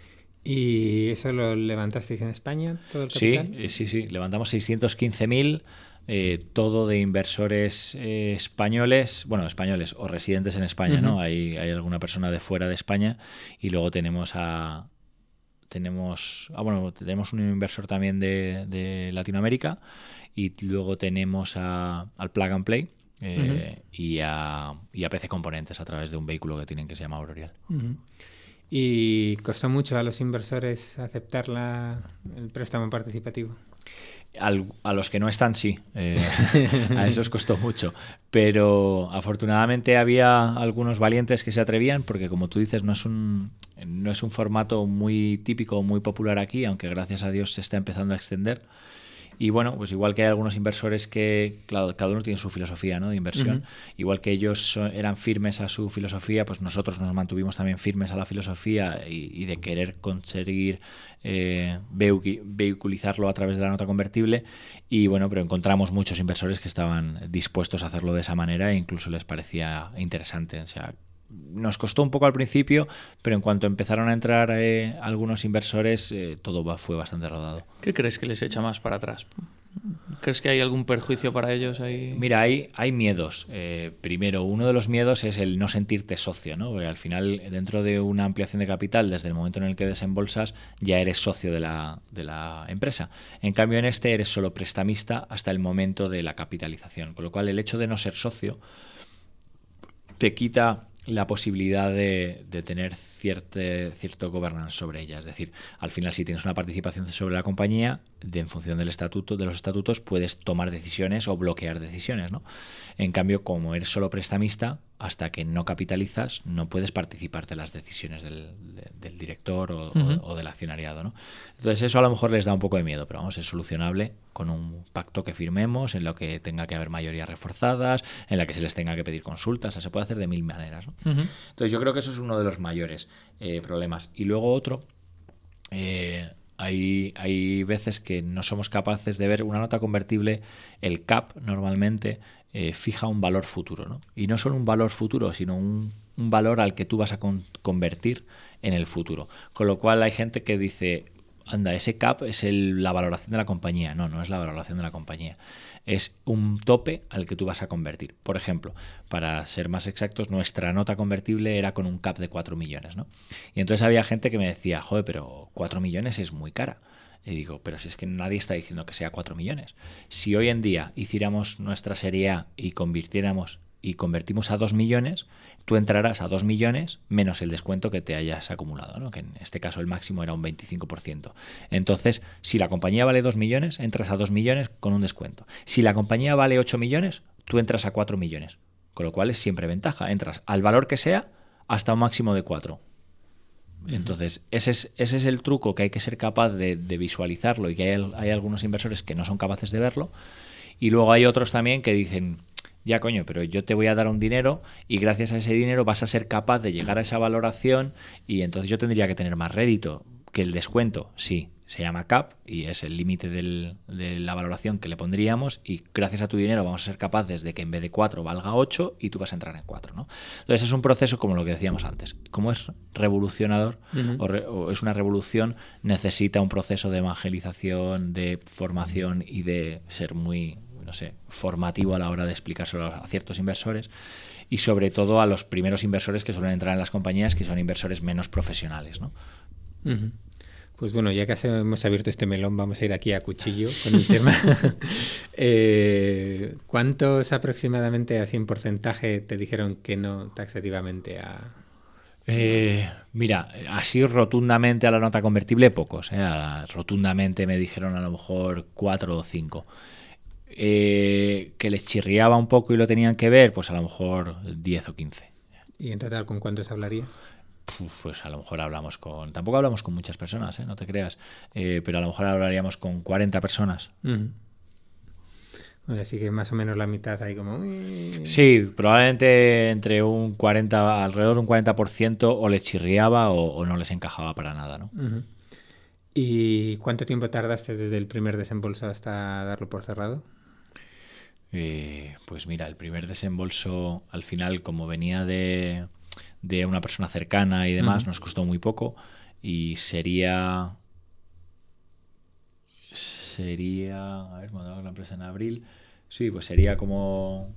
Speaker 1: ¿Y eso lo levantasteis en España, todo el capital?
Speaker 3: Sí, sí, sí. Levantamos seiscientos quince mil, eh, todo de inversores eh, españoles, bueno, españoles o residentes en España, uh-huh. ¿no? Hay, hay alguna persona de fuera de España y luego tenemos a... Tenemos, ah, bueno, tenemos un inversor también de, de Latinoamérica y luego tenemos a, al Plug and Play. Eh, uh-huh. y, a, y a P C Componentes a través de un vehículo que tienen que se llama Aurorial.
Speaker 1: Uh-huh. ¿Y costó mucho a los inversores aceptar la, el préstamo participativo?
Speaker 3: Al, a los que no están, sí. Eh, a esos costó mucho. Pero afortunadamente había algunos valientes que se atrevían porque, como tú dices, no es un, no es un formato muy típico o muy popular aquí, aunque gracias a Dios se está empezando a extender. Y bueno, pues igual que hay algunos inversores que, claro, cada uno tiene su filosofía, ¿no?, de inversión, uh-huh. igual que ellos eran firmes a su filosofía, pues nosotros nos mantuvimos también firmes a la filosofía y, y de querer conseguir eh, vehiculizarlo a través de la nota convertible. Y bueno, pero encontramos muchos inversores que estaban dispuestos a hacerlo de esa manera e incluso les parecía interesante. O sea, nos costó un poco al principio, pero en cuanto empezaron a entrar eh, algunos inversores, eh, todo va, fue bastante rodado.
Speaker 2: ¿Qué crees que les echa más para atrás? ¿Crees que hay algún perjuicio para ellos ahí?
Speaker 3: Mira, hay, hay miedos. Eh, primero, uno de los miedos es el no sentirte socio, ¿no? Porque al final, dentro de una ampliación de capital, desde el momento en el que desembolsas, ya eres socio de la, de la empresa. En cambio, en este eres solo prestamista hasta el momento de la capitalización. Con lo cual, el hecho de no ser socio te quita la posibilidad de, de tener cierte, cierto governance sobre ella. Es decir, al final, si tienes una participación sobre la compañía, de, en función del estatuto, de los estatutos, puedes tomar decisiones o bloquear decisiones, ¿no? En cambio, como eres solo prestamista, hasta que no capitalizas, no puedes participar de las decisiones del, de, del director o, uh-huh. o, o del accionariado, ¿no? Entonces, eso a lo mejor les da un poco de miedo, pero vamos, es solucionable con un pacto que firmemos, en lo que tenga que haber mayorías reforzadas, en la que se les tenga que pedir consultas. O sea, se puede hacer de mil maneras, ¿no? Uh-huh. Entonces, yo creo que eso es uno de los mayores eh, problemas. Y luego otro... Eh, Hay, hay veces que no somos capaces de ver una nota convertible, el cap normalmente eh, fija un valor futuro, ¿no? Y no solo un valor futuro, sino un, un valor al que tú vas a con, convertir en el futuro. Con lo cual hay gente que dice, anda, ese cap es el, la valoración de la compañía. No, no es la valoración de la compañía. Es un tope al que tú vas a convertir. Por ejemplo, para ser más exactos, nuestra nota convertible era con un cap de cuatro millones, ¿no? Y entonces había gente que me decía, joder, pero cuatro millones es muy cara. Y digo, pero si es que nadie está diciendo que sea cuatro millones. Si hoy en día hiciéramos nuestra serie A y convirtiéramos y convertimos a dos millones, tú entrarás a dos millones menos el descuento que te hayas acumulado, ¿no? Que en este caso el máximo era un veinticinco por ciento. Entonces, si la compañía vale dos millones, entras a dos millones con un descuento. Si la compañía vale ocho millones, tú entras a cuatro millones. Con lo cual es siempre ventaja. Entras al valor que sea hasta un máximo de cuatro. Entonces, ese es, ese es el truco, que hay que ser capaz de, de visualizarlo, y que hay, hay algunos inversores que no son capaces de verlo. Y luego hay otros también que dicen, ya coño, pero yo te voy a dar un dinero y gracias a ese dinero vas a ser capaz de llegar a esa valoración y entonces yo tendría que tener más rédito. Que el descuento, sí, se llama cap y es el límite de la valoración que le pondríamos, y gracias a tu dinero vamos a ser capaces de que en vez de cuatro valga ocho y tú vas a entrar en cuatro, ¿no? Entonces es un proceso como lo que decíamos antes. Como es revolucionador, uh-huh. o, re, o es una revolución, necesita un proceso de evangelización, de formación y de ser muy, no sé, formativo a la hora de explicárselo a ciertos inversores, y sobre todo a los primeros inversores que suelen entrar en las compañías, que son inversores menos profesionales, ¿no?
Speaker 1: Uh-huh. Pues bueno, ya que hemos abierto este melón, vamos a ir aquí a cuchillo con el tema. eh, ¿Cuántos aproximadamente, así en porcentaje, te dijeron que no taxativamente a...?
Speaker 3: Eh, mira, así rotundamente a la nota convertible, pocos. ¿eh? Rotundamente me dijeron a lo mejor cuatro o cinco. Eh, que les chirriaba un poco y lo tenían que ver, pues a lo mejor diez o quince.
Speaker 1: ¿Y en total con cuántos hablarías?
Speaker 3: Pues a lo mejor hablamos con... Tampoco hablamos con muchas personas, ¿eh? No te creas. Eh, pero a lo mejor hablaríamos con cuarenta personas.
Speaker 1: Uh-huh. Bueno, así que más o menos la mitad ahí como...
Speaker 3: Sí, probablemente entre un cuarenta, alrededor de un cuarenta por ciento o les chirriaba o, o no les encajaba para nada, ¿no?
Speaker 1: Uh-huh. ¿Y cuánto tiempo tardaste desde el primer desembolso hasta darlo por cerrado?
Speaker 3: Eh, pues mira, el primer desembolso al final, como venía de... de una persona cercana y demás, uh-huh. nos costó muy poco, y sería sería a ver, montamos la empresa en abril, sí, pues sería como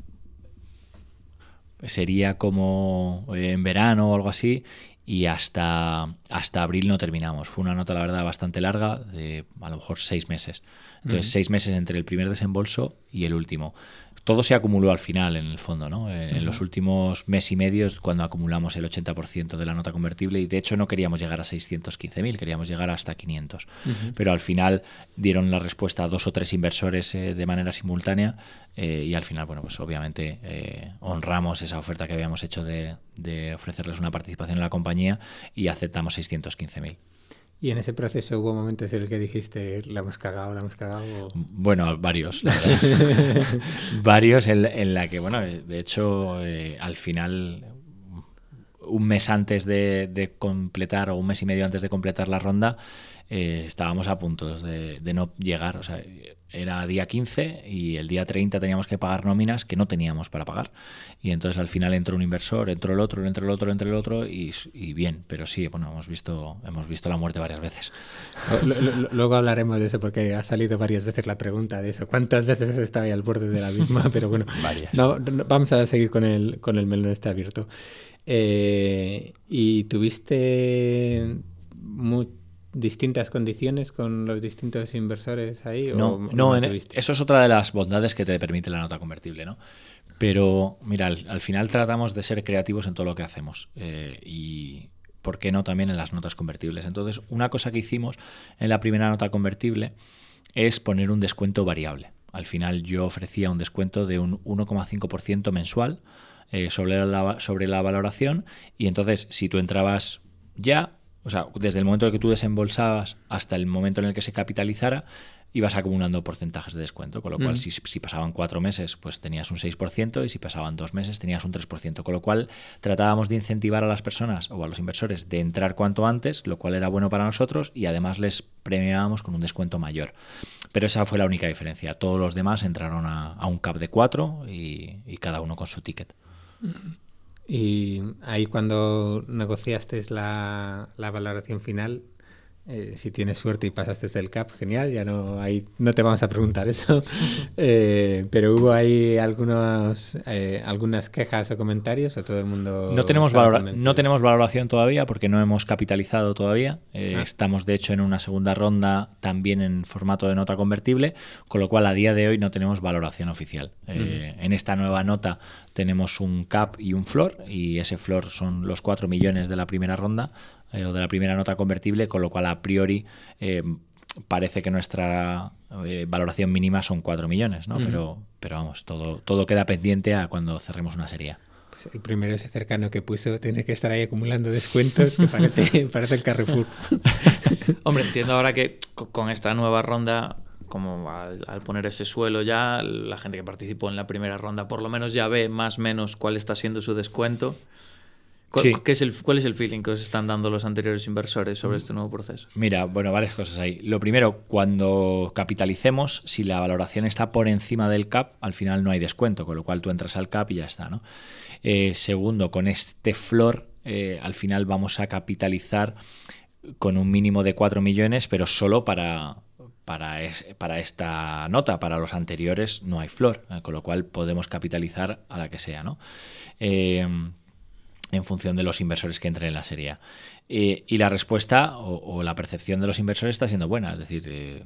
Speaker 3: sería como en verano o algo así, y hasta hasta abril no terminamos. Fue una nota, la verdad, bastante larga, de a lo mejor seis meses. Entonces, uh-huh. seis meses entre el primer desembolso y el último. Todo se acumuló al final, en el fondo, ¿no? En, uh-huh. en los últimos mes y medio es cuando acumulamos el ochenta por ciento de la nota convertible, y de hecho no queríamos llegar a seiscientos quince mil, queríamos llegar hasta quinientos. Uh-huh. Pero al final dieron la respuesta a dos o tres inversores eh, de manera simultánea, eh, y al final, bueno, pues obviamente eh, honramos esa oferta que habíamos hecho de, de ofrecerles una participación en la compañía, y aceptamos seiscientos quince mil.
Speaker 1: ¿Y en ese proceso hubo momentos en el que dijiste, la hemos cagado, la hemos cagado? O...
Speaker 3: Bueno, varios. La verdad. varios en, en la que, bueno, de hecho, eh, al final, un mes antes de, de completar, o un mes y medio antes de completar la ronda, eh, estábamos a punto de, de no llegar. O sea, era día quince y el día treinta teníamos que pagar nóminas que no teníamos para pagar. Y entonces al final entró un inversor, entró el otro, entró el otro, entró el otro y, y bien. Pero sí, bueno, hemos visto, hemos visto la muerte varias veces.
Speaker 1: Luego hablaremos de eso, porque ha salido varias veces la pregunta de eso. ¿Cuántas veces has estado ahí al borde de la misma? Pero bueno,
Speaker 3: varias.
Speaker 1: No, no, vamos a seguir con el, con el melón este abierto. Eh, ¿Y tuviste muy distintas condiciones con los distintos inversores ahí?
Speaker 3: No,
Speaker 1: o
Speaker 3: no, en, eso es otra de las bondades que te permite la nota convertible, ¿no? Pero mira, al, al final tratamos de ser creativos en todo lo que hacemos, eh, y ¿por qué no también en las notas convertibles? Entonces, una cosa que hicimos en la primera nota convertible es poner un descuento variable. Al final yo ofrecía un descuento de un uno coma cinco por ciento mensual eh, sobre, la, sobre la valoración, y entonces si tú entrabas ya, o sea, desde el momento en que tú desembolsabas hasta el momento en el que se capitalizara, ibas acumulando porcentajes de descuento, con lo cual mm. si, si pasaban cuatro meses pues tenías un seis por ciento, y si pasaban dos meses tenías un tres por ciento, con lo cual tratábamos de incentivar a las personas o a los inversores de entrar cuanto antes, lo cual era bueno para nosotros, y además les premiábamos con un descuento mayor. Pero esa fue la única diferencia. Todos los demás entraron a, a un cap de cuatro y, y cada uno con su ticket.
Speaker 1: Y ahí, cuando negociaste la, la valoración final, Eh, si tienes suerte y pasaste el cap, genial, ya no hay, no te vamos a preguntar eso. eh, pero hubo ahí algunos, eh, algunas quejas o comentarios, o todo el mundo...
Speaker 3: No tenemos, valora no tenemos valoración todavía porque no hemos capitalizado todavía. Eh, ah. Estamos, de hecho, en una segunda ronda también en formato de nota convertible, con lo cual a día de hoy no tenemos valoración oficial. Eh, uh-huh. En esta nueva nota tenemos un cap y un floor, y ese floor son los cuatro millones de la primera ronda, eh, o de la primera nota convertible, con lo cual a priori eh, parece que nuestra eh, valoración mínima son cuatro millones, ¿no? Uh-huh. Pero, pero vamos, todo, todo queda pendiente a cuando cerremos una serie.
Speaker 1: Pues el primero, ese cercano que puso, tiene que estar ahí acumulando descuentos, que parece, parece el Carrefour.
Speaker 2: Hombre, entiendo ahora que con esta nueva ronda, como al, al poner ese suelo ya, la gente que participó en la primera ronda por lo menos ya ve más o menos cuál está siendo su descuento. Sí. ¿Qué es el, ¿Cuál es el feeling que os están dando los anteriores inversores sobre este nuevo proceso?
Speaker 3: Mira, bueno, varias cosas ahí. Lo primero, cuando capitalicemos, si la valoración está por encima del cap, al final no hay descuento, con lo cual tú entras al cap y ya está, ¿no? Eh, segundo, con este floor, eh, al final vamos a capitalizar con un mínimo de cuatro millones, pero solo para... Para, es, para esta nota. Para los anteriores no hay floor, eh, con lo cual podemos capitalizar a la que sea, ¿no? Eh, en función de los inversores que entren en la serie A. Eh, y la respuesta o, o la percepción de los inversores está siendo buena, es decir, eh,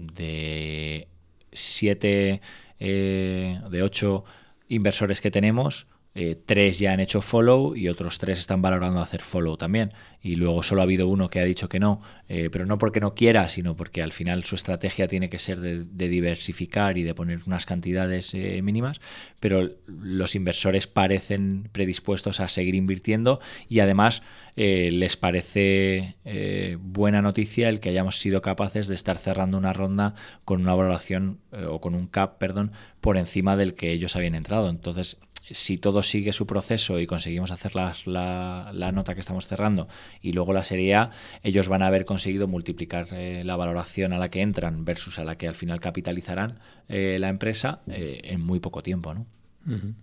Speaker 3: de siete, eh, de ocho inversores que tenemos, Eh, tres ya han hecho follow y otros tres están valorando hacer follow también, y luego solo ha habido uno que ha dicho que no, eh, pero no porque no quiera, sino porque al final su estrategia tiene que ser de, de diversificar y de poner unas cantidades eh, mínimas, pero los inversores parecen predispuestos a seguir invirtiendo, y además eh, les parece eh, buena noticia el que hayamos sido capaces de estar cerrando una ronda con una valoración eh, o con un cap, perdón, por encima del que ellos habían entrado. Entonces, si todo sigue su proceso y conseguimos hacer las, la, la nota que estamos cerrando y luego la serie A, ellos van a haber conseguido multiplicar eh, la valoración a la que entran versus a la que al final capitalizarán eh, la empresa eh, en muy poco tiempo, ¿no?
Speaker 1: Uh-huh.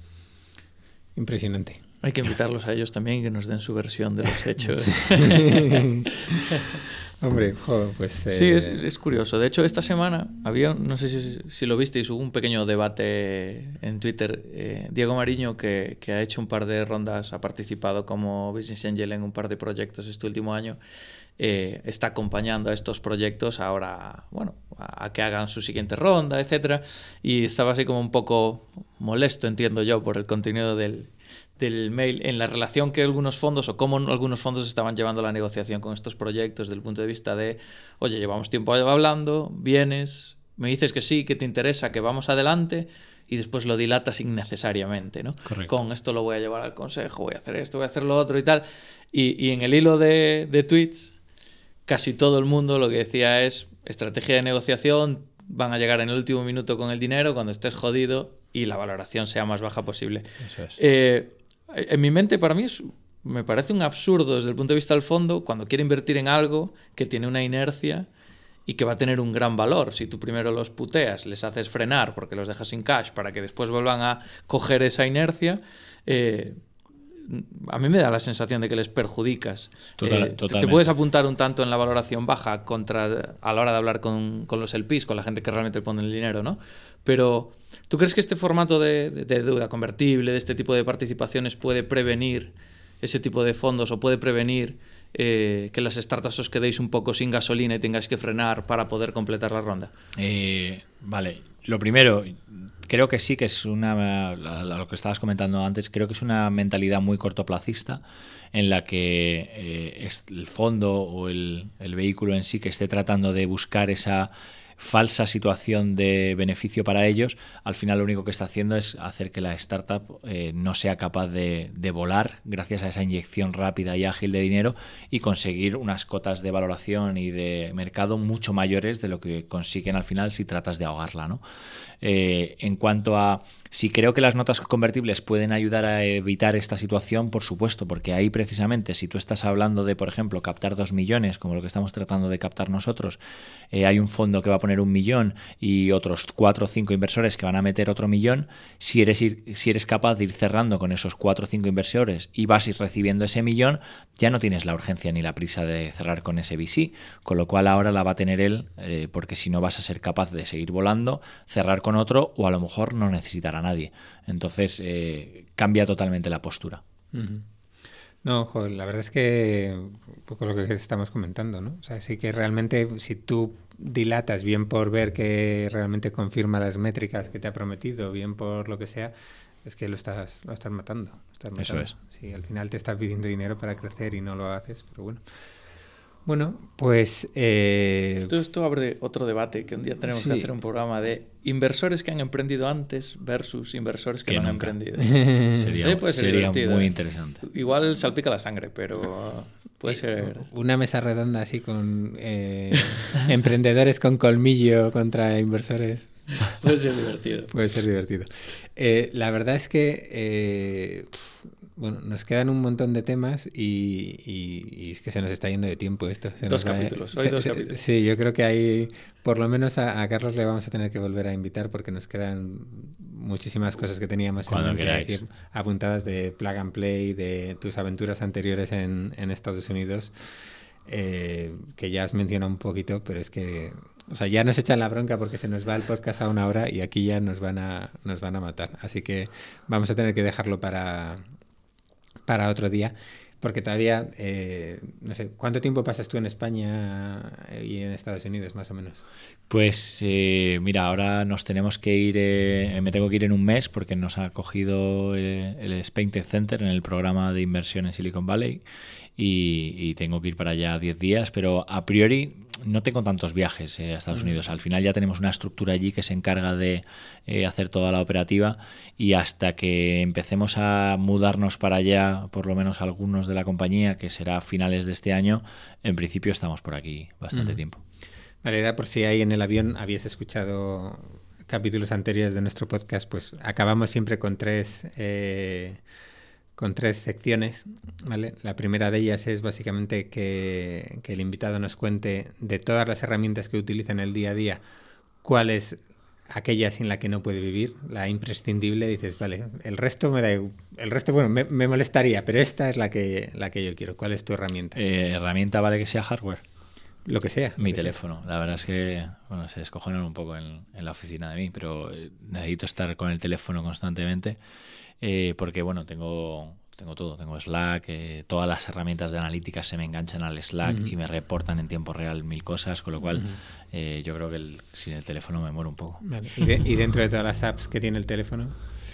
Speaker 1: Impresionante.
Speaker 2: Hay que invitarlos a ellos también y que nos den su versión de los hechos.
Speaker 1: Sí. Hombre, jo, pues... Eh...
Speaker 2: Sí, es, es curioso. De hecho, esta semana había, no sé si, si lo visteis, hubo un pequeño debate en Twitter. Eh, Diego Mariño, que, que ha hecho un par de rondas, ha participado como Business Angel en un par de proyectos este último año, eh, está acompañando a estos proyectos ahora, bueno, a, a que hagan su siguiente ronda, etcétera. Y estaba así como un poco molesto, entiendo yo, por el contenido del... del mail, en la relación que algunos fondos o cómo algunos fondos estaban llevando la negociación con estos proyectos desde el punto de vista de, oye, llevamos tiempo hablando, vienes, me dices que sí, que te interesa, que vamos adelante, y después lo dilatas innecesariamente, ¿no?
Speaker 3: Correcto.
Speaker 2: Con esto lo voy a llevar al consejo, voy a hacer esto, voy a hacer lo otro y tal. Y, y en el hilo de, de tweets, casi todo el mundo lo que decía es, estrategia de negociación, van a llegar en el último minuto con el dinero cuando estés jodido y la valoración sea más baja posible.
Speaker 3: Eso es.
Speaker 2: Eh, En mi mente, para mí, es, me parece un absurdo desde el punto de vista del fondo cuando quiere invertir en algo que tiene una inercia y que va a tener un gran valor. Si tú primero los puteas, les haces frenar porque los dejas sin cash para que después vuelvan a coger esa inercia, eh, a mí me da la sensación de que les perjudicas.
Speaker 3: Total,
Speaker 2: eh,
Speaker 3: totalmente.
Speaker 2: Te puedes apuntar un tanto en la valoración baja contra, a la hora de hablar con, con los L Ps, con la gente que realmente pone el dinero, ¿no? Pero, ¿tú crees que este formato de, de, de deuda convertible, de este tipo de participaciones, puede prevenir ese tipo de fondos o puede prevenir eh, que las startups os quedéis un poco sin gasolina y tengáis que frenar para poder completar la ronda?
Speaker 3: Eh, vale, lo primero, creo que sí que es una, lo que estabas comentando antes, creo que es una mentalidad muy cortoplacista en la que eh, es el fondo o el, el vehículo en sí que esté tratando de buscar esa falsa situación de beneficio para ellos, al final lo único que está haciendo es hacer que la startup eh, no sea capaz de, de volar gracias a esa inyección rápida y ágil de dinero y conseguir unas cotas de valoración y de mercado mucho mayores de lo que consiguen al final si tratas de ahogarla, ¿no? Eh, en cuanto a si creo que las notas convertibles pueden ayudar a evitar esta situación, por supuesto, porque ahí precisamente si tú estás hablando de, por ejemplo, captar dos millones, como lo que estamos tratando de captar nosotros, eh, hay un fondo que va a poner poner un millón y otros cuatro o cinco inversores que van a meter otro millón, si eres, ir, si eres capaz de ir cerrando con esos cuatro o cinco inversores y vas a ir recibiendo ese millón, ya no tienes la urgencia ni la prisa de cerrar con ese V C, con lo cual ahora la va a tener él, eh, porque si no vas a ser capaz de seguir volando, cerrar con otro o a lo mejor no necesitar a nadie. Entonces eh, cambia totalmente la postura.
Speaker 1: Uh-huh. No, joder, la verdad es que un poco lo que estamos comentando, ¿no? O sea, sí que realmente si tú dilatas bien por ver que realmente confirma las métricas que te ha prometido, bien por lo que sea, es que lo estás, lo estás matando. Lo estás matando.
Speaker 3: Eso es.
Speaker 1: Sí, al final te estás pidiendo dinero para crecer y no lo haces, pero bueno. Bueno, pues... Eh...
Speaker 2: Esto, esto abre otro debate, que un día tenemos sí. que hacer un programa de inversores que han emprendido antes versus inversores que, que no nunca. han emprendido.
Speaker 3: sería sí, puede ser sería muy interesante.
Speaker 2: Igual salpica la sangre, pero puede ser...
Speaker 1: Una mesa redonda así con eh, emprendedores con colmillo contra inversores.
Speaker 2: Puede ser divertido.
Speaker 1: Puede ser divertido. Eh, la verdad es que... Eh, Bueno, nos quedan un montón de temas y, y, y es que se nos está yendo de tiempo esto. Se
Speaker 2: dos
Speaker 1: nos
Speaker 2: capítulos,
Speaker 1: va,
Speaker 2: hoy
Speaker 1: se,
Speaker 2: dos
Speaker 1: se,
Speaker 2: capítulos.
Speaker 1: Sí, yo creo que hay, por lo menos a, a Carlos le vamos a tener que volver a invitar porque nos quedan muchísimas cosas que teníamos
Speaker 3: Cuando
Speaker 1: en mente
Speaker 3: queráis.
Speaker 1: aquí apuntadas de Plug and Play, de tus aventuras anteriores en, en Estados Unidos, eh, que ya has mencionado un poquito, pero es que... O sea, ya nos echan la bronca porque se nos va el podcast a una hora y aquí ya nos van a, nos van a matar. Así que vamos a tener que dejarlo para... para otro día, porque todavía, eh, no sé, ¿cuánto tiempo pasas tú en España y en Estados Unidos, más o menos?
Speaker 3: Pues eh, mira, ahora nos tenemos que ir, eh, me tengo que ir en un mes porque nos ha cogido eh, el Spain Tech Center en el programa de inversión en Silicon Valley y, y tengo que ir para allá diez días, pero a priori no tengo tantos viajes eh, a Estados Unidos. Al final ya tenemos una estructura allí que se encarga de eh, hacer toda la operativa y hasta que empecemos a mudarnos para allá, por lo menos algunos de la compañía, que será a finales de este año, en principio estamos por aquí bastante uh-huh. tiempo.
Speaker 1: Vale, era por si ahí en el avión habías escuchado capítulos anteriores de nuestro podcast, pues acabamos siempre con tres... Eh, con tres secciones, ¿vale? La primera de ellas es básicamente que, que el invitado nos cuente de todas las herramientas que utiliza en el día a día, cuál es aquella sin la que no puede vivir, la imprescindible. Dices, vale, el resto me da, el resto, bueno, me, me molestaría, pero esta es la que, la que yo quiero. ¿Cuál es tu herramienta?
Speaker 3: Eh, ¿Herramienta vale que sea hardware?
Speaker 1: Lo que sea.
Speaker 3: Mi
Speaker 1: que
Speaker 3: teléfono.
Speaker 1: Sea.
Speaker 3: La verdad es que, bueno, se descojonan un poco en, en la oficina de mí, pero necesito estar con el teléfono constantemente eh, porque, bueno, tengo... Tengo todo, tengo Slack, eh, todas las herramientas de analítica se me enganchan al Slack uh-huh. y me reportan en tiempo real mil cosas, con lo cual uh-huh. eh, yo creo que el, sin el teléfono me muero un poco.
Speaker 1: Vale. ¿Y, de, ¿Y dentro de todas las apps que tiene el teléfono?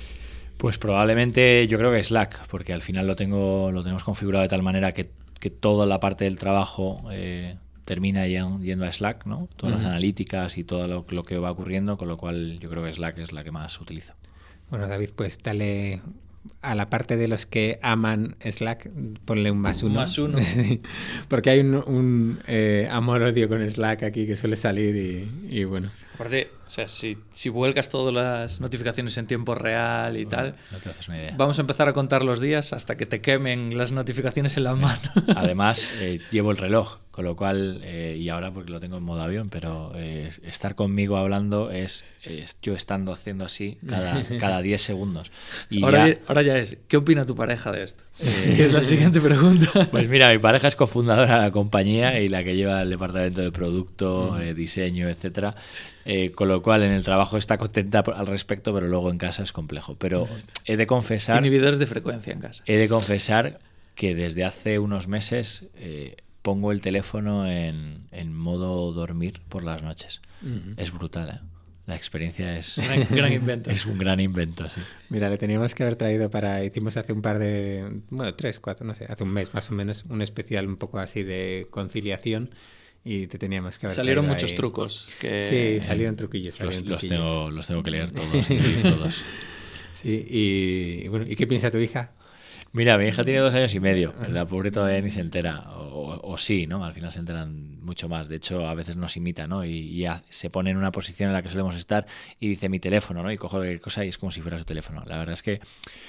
Speaker 3: Pues probablemente yo creo que Slack, porque al final lo tengo lo tenemos configurado de tal manera que, que toda la parte del trabajo eh, termina yendo a Slack, ¿no? Todas uh-huh. las analíticas y todo lo, lo que va ocurriendo, con lo cual yo creo que Slack es la que más utilizo.
Speaker 1: Bueno, David, pues dale... A la parte de los que aman Slack, ponle un más uno.
Speaker 2: Más uno.
Speaker 1: Porque hay un, un eh, amor-odio con Slack aquí que suele salir y, y bueno.
Speaker 2: Aparte, o sea, si, si vuelcas todas las notificaciones en tiempo real y bueno, tal,
Speaker 3: no te haces una idea.
Speaker 2: Vamos a empezar a contar los días hasta que te quemen las notificaciones en la mano.
Speaker 3: Además, eh, llevo el reloj, con lo cual, eh, y ahora porque lo tengo en modo avión, pero eh, estar conmigo hablando es, es yo estando haciendo así cada, cada diez segundos. Y
Speaker 2: ahora,
Speaker 3: ya,
Speaker 2: ya, ahora ya es, ¿qué opina tu pareja de esto? Eh, es la siguiente pregunta.
Speaker 3: Pues mira, mi pareja es cofundadora de la compañía y la que lleva el departamento de producto, mm. eh, diseño, etcétera. Eh, con lo cual en el trabajo está contenta al respecto, pero luego en casa es complejo. Pero he de confesar...
Speaker 2: Inhibidores de frecuencia en casa.
Speaker 3: He de confesar que desde hace unos meses eh, pongo el teléfono en, en modo dormir por las noches. Uh-huh. Es brutal, ¿eh? La experiencia es...
Speaker 2: Gran, gran invento.
Speaker 3: Es un gran invento, sí.
Speaker 1: Mira, le teníamos que haber traído para... Hicimos hace un par de... Bueno, tres, cuatro, no sé, hace un mes más o menos, un especial un poco así de conciliación. Y te teníamos que haber
Speaker 2: salieron muchos
Speaker 1: ahí.
Speaker 2: trucos que...
Speaker 1: sí salieron truquillos, salieron
Speaker 3: los,
Speaker 1: truquillos.
Speaker 3: Los, tengo, los tengo que leer todos, y todos.
Speaker 1: Sí, y, y bueno, ¿y qué piensa tu hija?
Speaker 3: Mira, mi hija tiene dos años y medio, la pobre todavía ni se entera, o, o, o sí, ¿no? Al final se enteran mucho más, de hecho a veces nos imita, ¿no? Y, y ya se pone en una posición en la que solemos estar y dice mi teléfono, ¿no? Y cojo cualquier cosa y es como si fuera su teléfono. La verdad es que,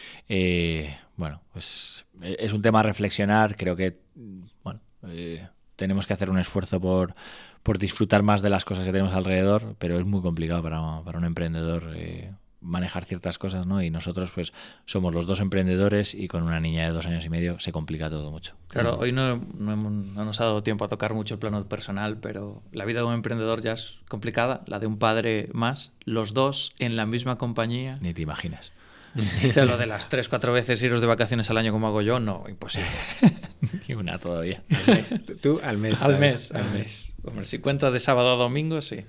Speaker 3: eh, bueno, pues es un tema a reflexionar, creo que, bueno... Eh, tenemos que hacer un esfuerzo por, por disfrutar más de las cosas que tenemos alrededor, pero es muy complicado para, para un emprendedor eh, manejar ciertas cosas, ¿no? Y nosotros pues somos los dos emprendedores y con una niña de dos años y medio se complica todo mucho.
Speaker 2: Claro, hoy no, no, hemos, no nos ha dado tiempo a tocar mucho el plano personal, pero la vida de un emprendedor ya es complicada, la de un padre más, los dos en la misma compañía.
Speaker 3: Ni te imaginas.
Speaker 2: O sea, lo de las tres, cuatro veces iros de vacaciones al año como hago yo, no, imposible.
Speaker 3: Y una todavía.
Speaker 1: Al mes. Tú al mes.
Speaker 2: Al mes, al mes. Hombre, si cuenta de sábado a domingo, sí.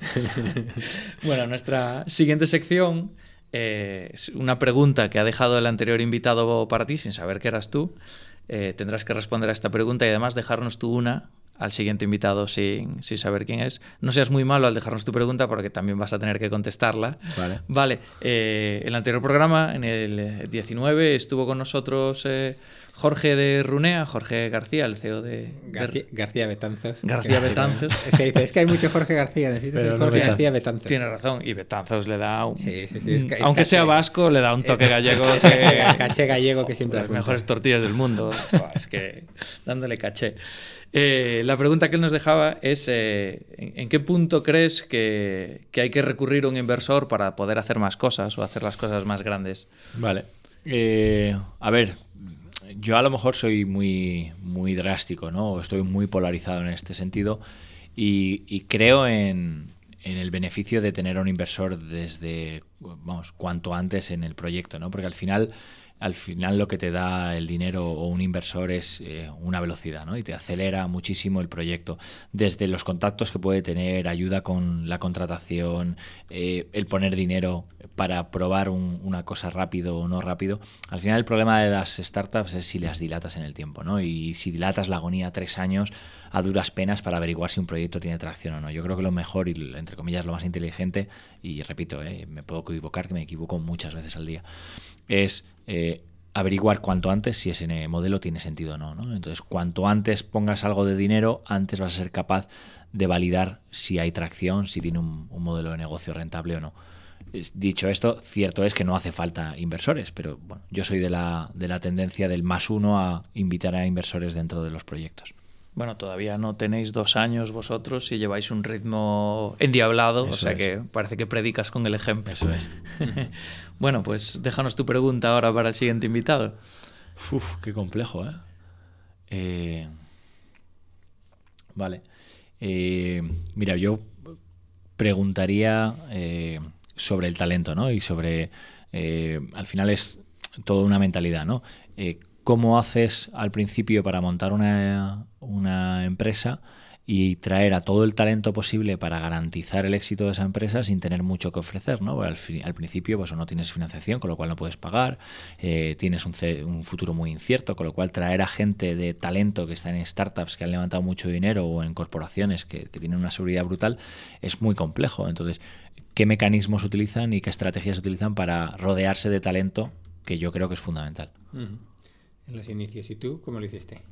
Speaker 2: Bueno, nuestra siguiente sección eh, es una pregunta que ha dejado el anterior invitado para ti, sin saber que eras tú. Eh, tendrás que responder a esta pregunta y además dejarnos tú una al siguiente invitado sin, sin saber quién es. No seas muy malo al dejarnos tu pregunta porque también vas a tener que contestarla.
Speaker 3: Vale.
Speaker 2: Vale. Eh, el anterior programa, en el diecinueve, estuvo con nosotros eh, Jorge de Runea, Jorge García, el C E O de...
Speaker 1: García, García Betanzos.
Speaker 2: García Betanzos.
Speaker 1: Es que dice, es que hay mucho Jorge García, necesitas el Jorge no García Betanzos.
Speaker 2: Tiene razón, y Betanzos le da un...
Speaker 1: Sí, sí, sí. Es, es
Speaker 2: aunque
Speaker 1: caché,
Speaker 2: sea vasco, le da un toque gallego.
Speaker 1: Es, es, es caché, caché gallego que siempre...
Speaker 2: Las mejores tortillas del mundo. Es que dándole caché. Eh, la pregunta que él nos dejaba es eh, ¿en, ¿en qué punto crees que, que hay que recurrir a un inversor para poder hacer más cosas o hacer las cosas más grandes?
Speaker 3: Vale. Eh, a ver, yo a lo mejor soy muy, muy drástico, ¿no? Estoy muy polarizado en este sentido y, y creo en, en el beneficio de tener a un inversor desde, vamos, cuanto antes en el proyecto, ¿no? Porque al final... Al final lo que te da el dinero o un inversor es eh, una velocidad, ¿no? Y te acelera muchísimo el proyecto. Desde los contactos que puede tener, ayuda con la contratación, eh, el poner dinero para probar un, una cosa rápido o no rápido. Al final el problema de las startups es si las dilatas en el tiempo, ¿no? Y si dilatas la agonía tres años a duras penas para averiguar si un proyecto tiene tracción o no. Yo creo que lo mejor y, entre comillas, lo más inteligente, y repito, eh, me puedo equivocar, que me equivoco muchas veces al día, es eh, averiguar cuanto antes si ese modelo tiene sentido o no, ¿no? Entonces, cuanto antes pongas algo de dinero, antes vas a ser capaz de validar si hay tracción, si tiene un, un modelo de negocio rentable o no. Dicho esto, cierto es que no hace falta inversores, pero bueno, yo soy de la, de la tendencia del más uno a invitar a inversores dentro de los proyectos.
Speaker 2: Bueno, todavía no tenéis dos años vosotros y lleváis un ritmo endiablado, Eso o sea es. que parece que predicas con el ejemplo.
Speaker 3: Eso es.
Speaker 2: Bueno, pues déjanos tu pregunta ahora para el siguiente invitado.
Speaker 3: Uf, qué complejo, ¿eh? eh vale. Eh, mira, yo preguntaría eh, sobre el talento, ¿no? Y sobre, eh, al final es toda una mentalidad, ¿no? Eh, ¿Cómo haces al principio para montar una, una empresa y traer a todo el talento posible para garantizar el éxito de esa empresa sin tener mucho que ofrecer, ¿no? Al, al principio pues, no tienes financiación, con lo cual no puedes pagar, eh, tienes un, un futuro muy incierto, con lo cual traer a gente de talento que está en startups que han levantado mucho dinero o en corporaciones que, que tienen una seguridad brutal es muy complejo. Entonces, ¿qué mecanismos utilizan y qué estrategias utilizan para rodearse de talento? Que yo creo que es fundamental.
Speaker 1: Uh-huh. En los inicios. ¿Y tú cómo lo hiciste?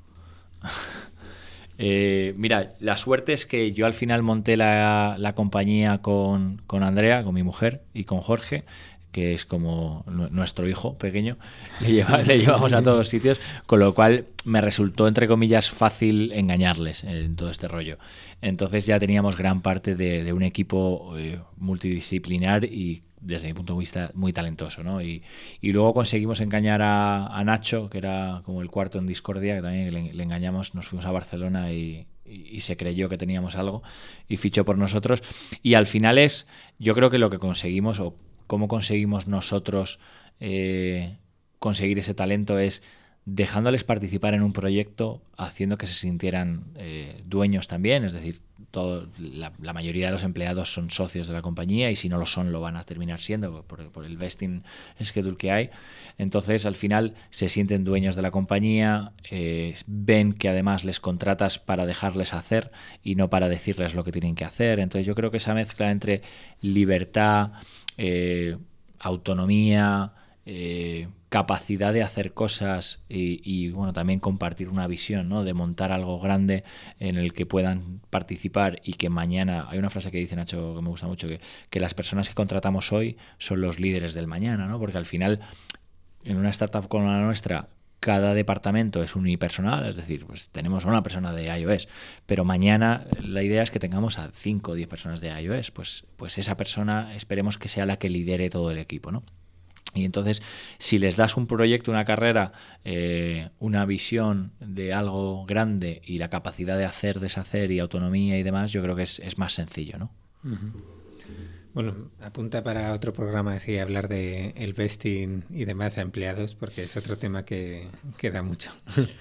Speaker 3: eh, mira, la suerte es que yo al final monté la, la compañía con, con Andrea, con mi mujer, y con Jorge, que es como nuestro hijo pequeño. Le, lleva, le llevamos a todos sitios, con lo cual me resultó, entre comillas, fácil engañarles en todo este rollo. Entonces ya teníamos gran parte de, de un equipo eh, multidisciplinar y desde mi punto de vista muy talentoso, ¿no? Y, y luego conseguimos engañar a, a Nacho, que era como el cuarto en discordia, que también le, le engañamos, nos fuimos a Barcelona y, y, y se creyó que teníamos algo y fichó por nosotros. Y al final es, yo creo que lo que conseguimos o cómo conseguimos nosotros eh, conseguir ese talento es dejándoles participar en un proyecto, haciendo que se sintieran eh, dueños también, es decir, todo, la, la mayoría de los empleados son socios de la compañía y si no lo son lo van a terminar siendo por, por el vesting schedule que hay. Entonces al final se sienten dueños de la compañía, eh, ven que además les contratas para dejarles hacer y no para decirles lo que tienen que hacer. Entonces yo creo que esa mezcla entre libertad, eh, autonomía, eh, capacidad de hacer cosas y, y bueno, también compartir una visión, ¿no? De montar algo grande en el que puedan participar y que mañana, hay una frase que dice Nacho que me gusta mucho, que, que las personas que contratamos hoy son los líderes del mañana, ¿no? Porque al final en una startup como la nuestra cada departamento es unipersonal, es decir, pues tenemos una persona de iOS, pero mañana la idea es que tengamos a cinco o diez personas de iOS, pues, pues esa persona esperemos que sea la que lidere todo el equipo, ¿no? Y entonces, si les das un proyecto, una carrera, eh, una visión de algo grande y la capacidad de hacer, deshacer y autonomía y demás, yo creo que es, es más sencillo, ¿no?
Speaker 1: Uh-huh. Bueno, apunta para otro programa así hablar de el vesting y demás a empleados, porque es otro tema que, que da mucho.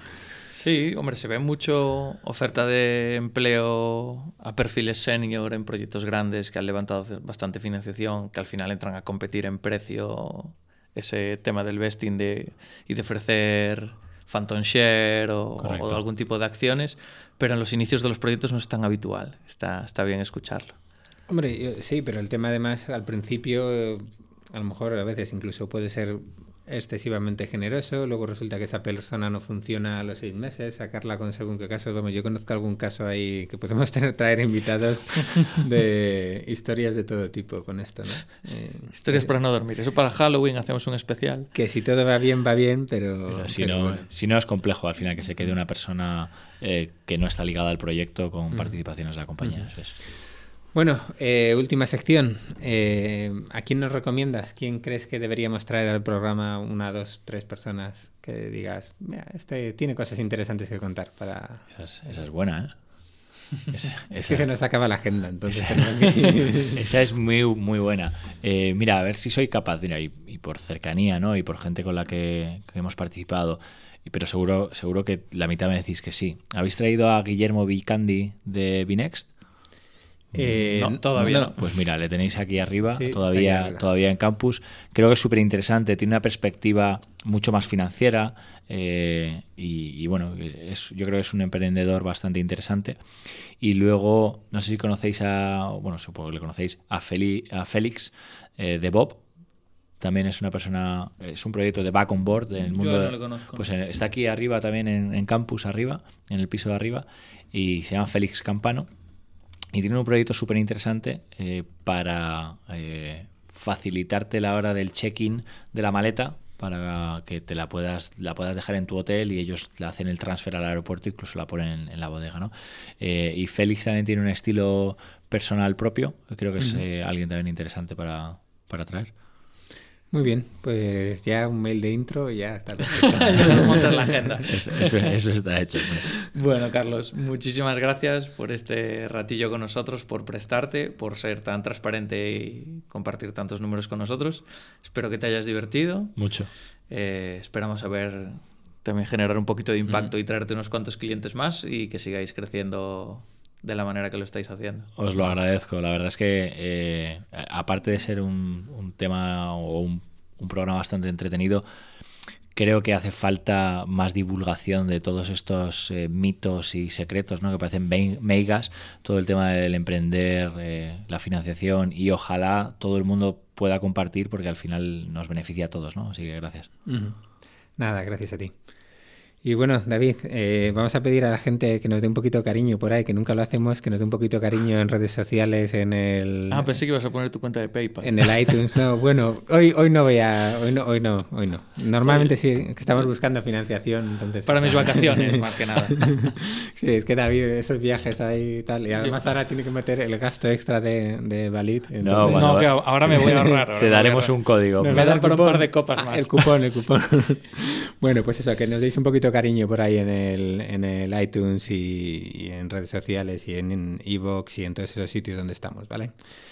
Speaker 2: Sí, hombre, se ve mucho oferta de empleo a perfiles senior en proyectos grandes que han levantado bastante financiación, que al final entran a competir en precio, ese tema del vesting de, y de ofrecer phantom share o, o algún tipo de acciones, pero en los inicios de los proyectos no es tan habitual. Está, está bien escucharlo.
Speaker 1: Hombre, yo, sí, pero el tema además al principio a lo mejor a veces incluso puede ser excesivamente generoso, luego resulta que esa persona no funciona a los seis meses, sacarla con según qué casos. Vamos, yo conozco algún caso ahí que podemos tener, traer invitados de historias de todo tipo con esto, ¿no?
Speaker 2: Eh, historias eh, para no dormir. Eso para Halloween hacemos un especial.
Speaker 1: Que si todo va bien, va bien, pero...
Speaker 3: pero si,
Speaker 1: pero
Speaker 3: no,
Speaker 1: bueno.
Speaker 3: si no es complejo al final que se quede una persona eh, que no está ligada al proyecto con mm. participaciones de la compañía. Mm. Eso es.
Speaker 1: Bueno, eh, última sección. Eh, ¿A quién nos recomiendas? ¿Quién crees que deberíamos traer al programa? Una, dos, tres personas que digas, mira, este tiene cosas interesantes que contar para...
Speaker 3: Esa es, esa es buena, ¿eh? Esa, esa...
Speaker 1: Es que se nos acaba la agenda, entonces...
Speaker 3: Esa, que... esa es muy, muy buena. Eh, mira, a ver si soy capaz, mira, y, y por cercanía, ¿no? Y por gente con la que, que hemos participado, y, pero seguro, seguro que la mitad me decís que sí. ¿Habéis traído a Guillermo Vicandi de Binext?
Speaker 2: Eh, no, todavía no.
Speaker 3: no. Pues mira, le tenéis aquí arriba, sí, todavía, arriba. todavía en campus. Creo que es súper interesante, tiene una perspectiva mucho más financiera eh, y, y bueno, es, yo creo que es un emprendedor bastante interesante. Y luego, no sé si conocéis a, bueno, supongo que le conocéis, a, Feli, a Félix eh, de Bob. También es una persona, es un proyecto de back on board en el mundo.
Speaker 2: Yo no lo conozco.
Speaker 3: Pues en, está aquí arriba también en, en campus arriba, en el piso de arriba, y se llama Félix Campano. Y tiene un proyecto súper interesante eh, para eh, facilitarte la hora del check-in de la maleta para que te la puedas la puedas dejar en tu hotel y ellos le hacen el transfer al aeropuerto, incluso la ponen en, en la bodega, ¿no? Eh, y Félix también tiene un estilo personal propio, creo que es eh, alguien también interesante para, para traer.
Speaker 1: Muy bien, pues ya un mail de intro y ya está.
Speaker 2: Ya montas la agenda.
Speaker 3: Eso, eso, eso está hecho.
Speaker 2: Bueno, Carlos, muchísimas gracias por este ratillo con nosotros, por prestarte, por ser tan transparente y compartir tantos números con nosotros. Espero que te hayas divertido.
Speaker 3: Mucho.
Speaker 2: Eh, esperamos haber también generar un poquito de impacto mm. y traerte unos cuantos clientes más y que sigáis creciendo de la manera que lo estáis haciendo.
Speaker 3: Os lo agradezco. La verdad es que eh, aparte de ser un, un tema o un, un programa bastante entretenido, creo que hace falta más divulgación de todos estos eh, mitos y secretos, ¿no? Que parecen meigas, todo el tema del emprender, eh, la financiación, y ojalá todo el mundo pueda compartir porque al final nos beneficia a todos, ¿no? Así que gracias.
Speaker 1: Uh-huh. Nada, gracias a ti. Y bueno, David, eh, vamos a pedir a la gente que nos dé un poquito de cariño por ahí, que nunca lo hacemos, que nos dé un poquito de cariño en redes sociales, en el...
Speaker 2: Ah, pensé que ibas a poner tu cuenta de PayPal.
Speaker 1: En el iTunes, no, bueno, hoy hoy no voy a... Hoy no, hoy no, hoy no. Normalmente sí, que estamos buscando financiación, entonces...
Speaker 2: Para mis vacaciones, más que nada.
Speaker 1: Sí, es que David, esos viajes ahí y tal, y además sí. Ahora tiene que meter el gasto extra de, de Valid. Entonces...
Speaker 2: No, bueno, no, que ahora me voy a ahorrar.
Speaker 3: Te daremos un código.
Speaker 2: Nos va a dar para un par de copas más.
Speaker 1: Ah, el cupón, el cupón. Bueno, pues eso, que nos deis un poquito de cariño por ahí en el, en el iTunes y, y en redes sociales y en iVoox y en todos esos sitios donde estamos, ¿vale?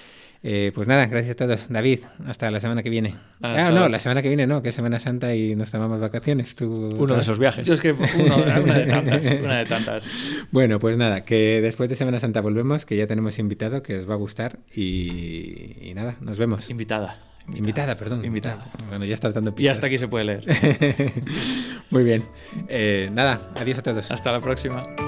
Speaker 1: Eh, pues nada, gracias a todos. David, hasta la semana que viene. Ah, no, la semana que viene no, que es Semana Santa y nos tomamos vacaciones. ¿Tú,
Speaker 3: uno ¿sabes? De esos viajes.
Speaker 2: Yo es que uno, una de tantas, una de tantas.
Speaker 1: Bueno, pues nada, que después de Semana Santa volvemos, que ya tenemos invitado, que os va a gustar y, y nada, nos vemos.
Speaker 2: Invitada.
Speaker 1: Invitada, invitada perdón.
Speaker 2: Invitada.
Speaker 1: Bueno, ya estás dando pistas.
Speaker 2: Y hasta aquí se puede leer.
Speaker 1: Muy bien. Eh, nada, adiós a todos.
Speaker 2: Hasta la próxima.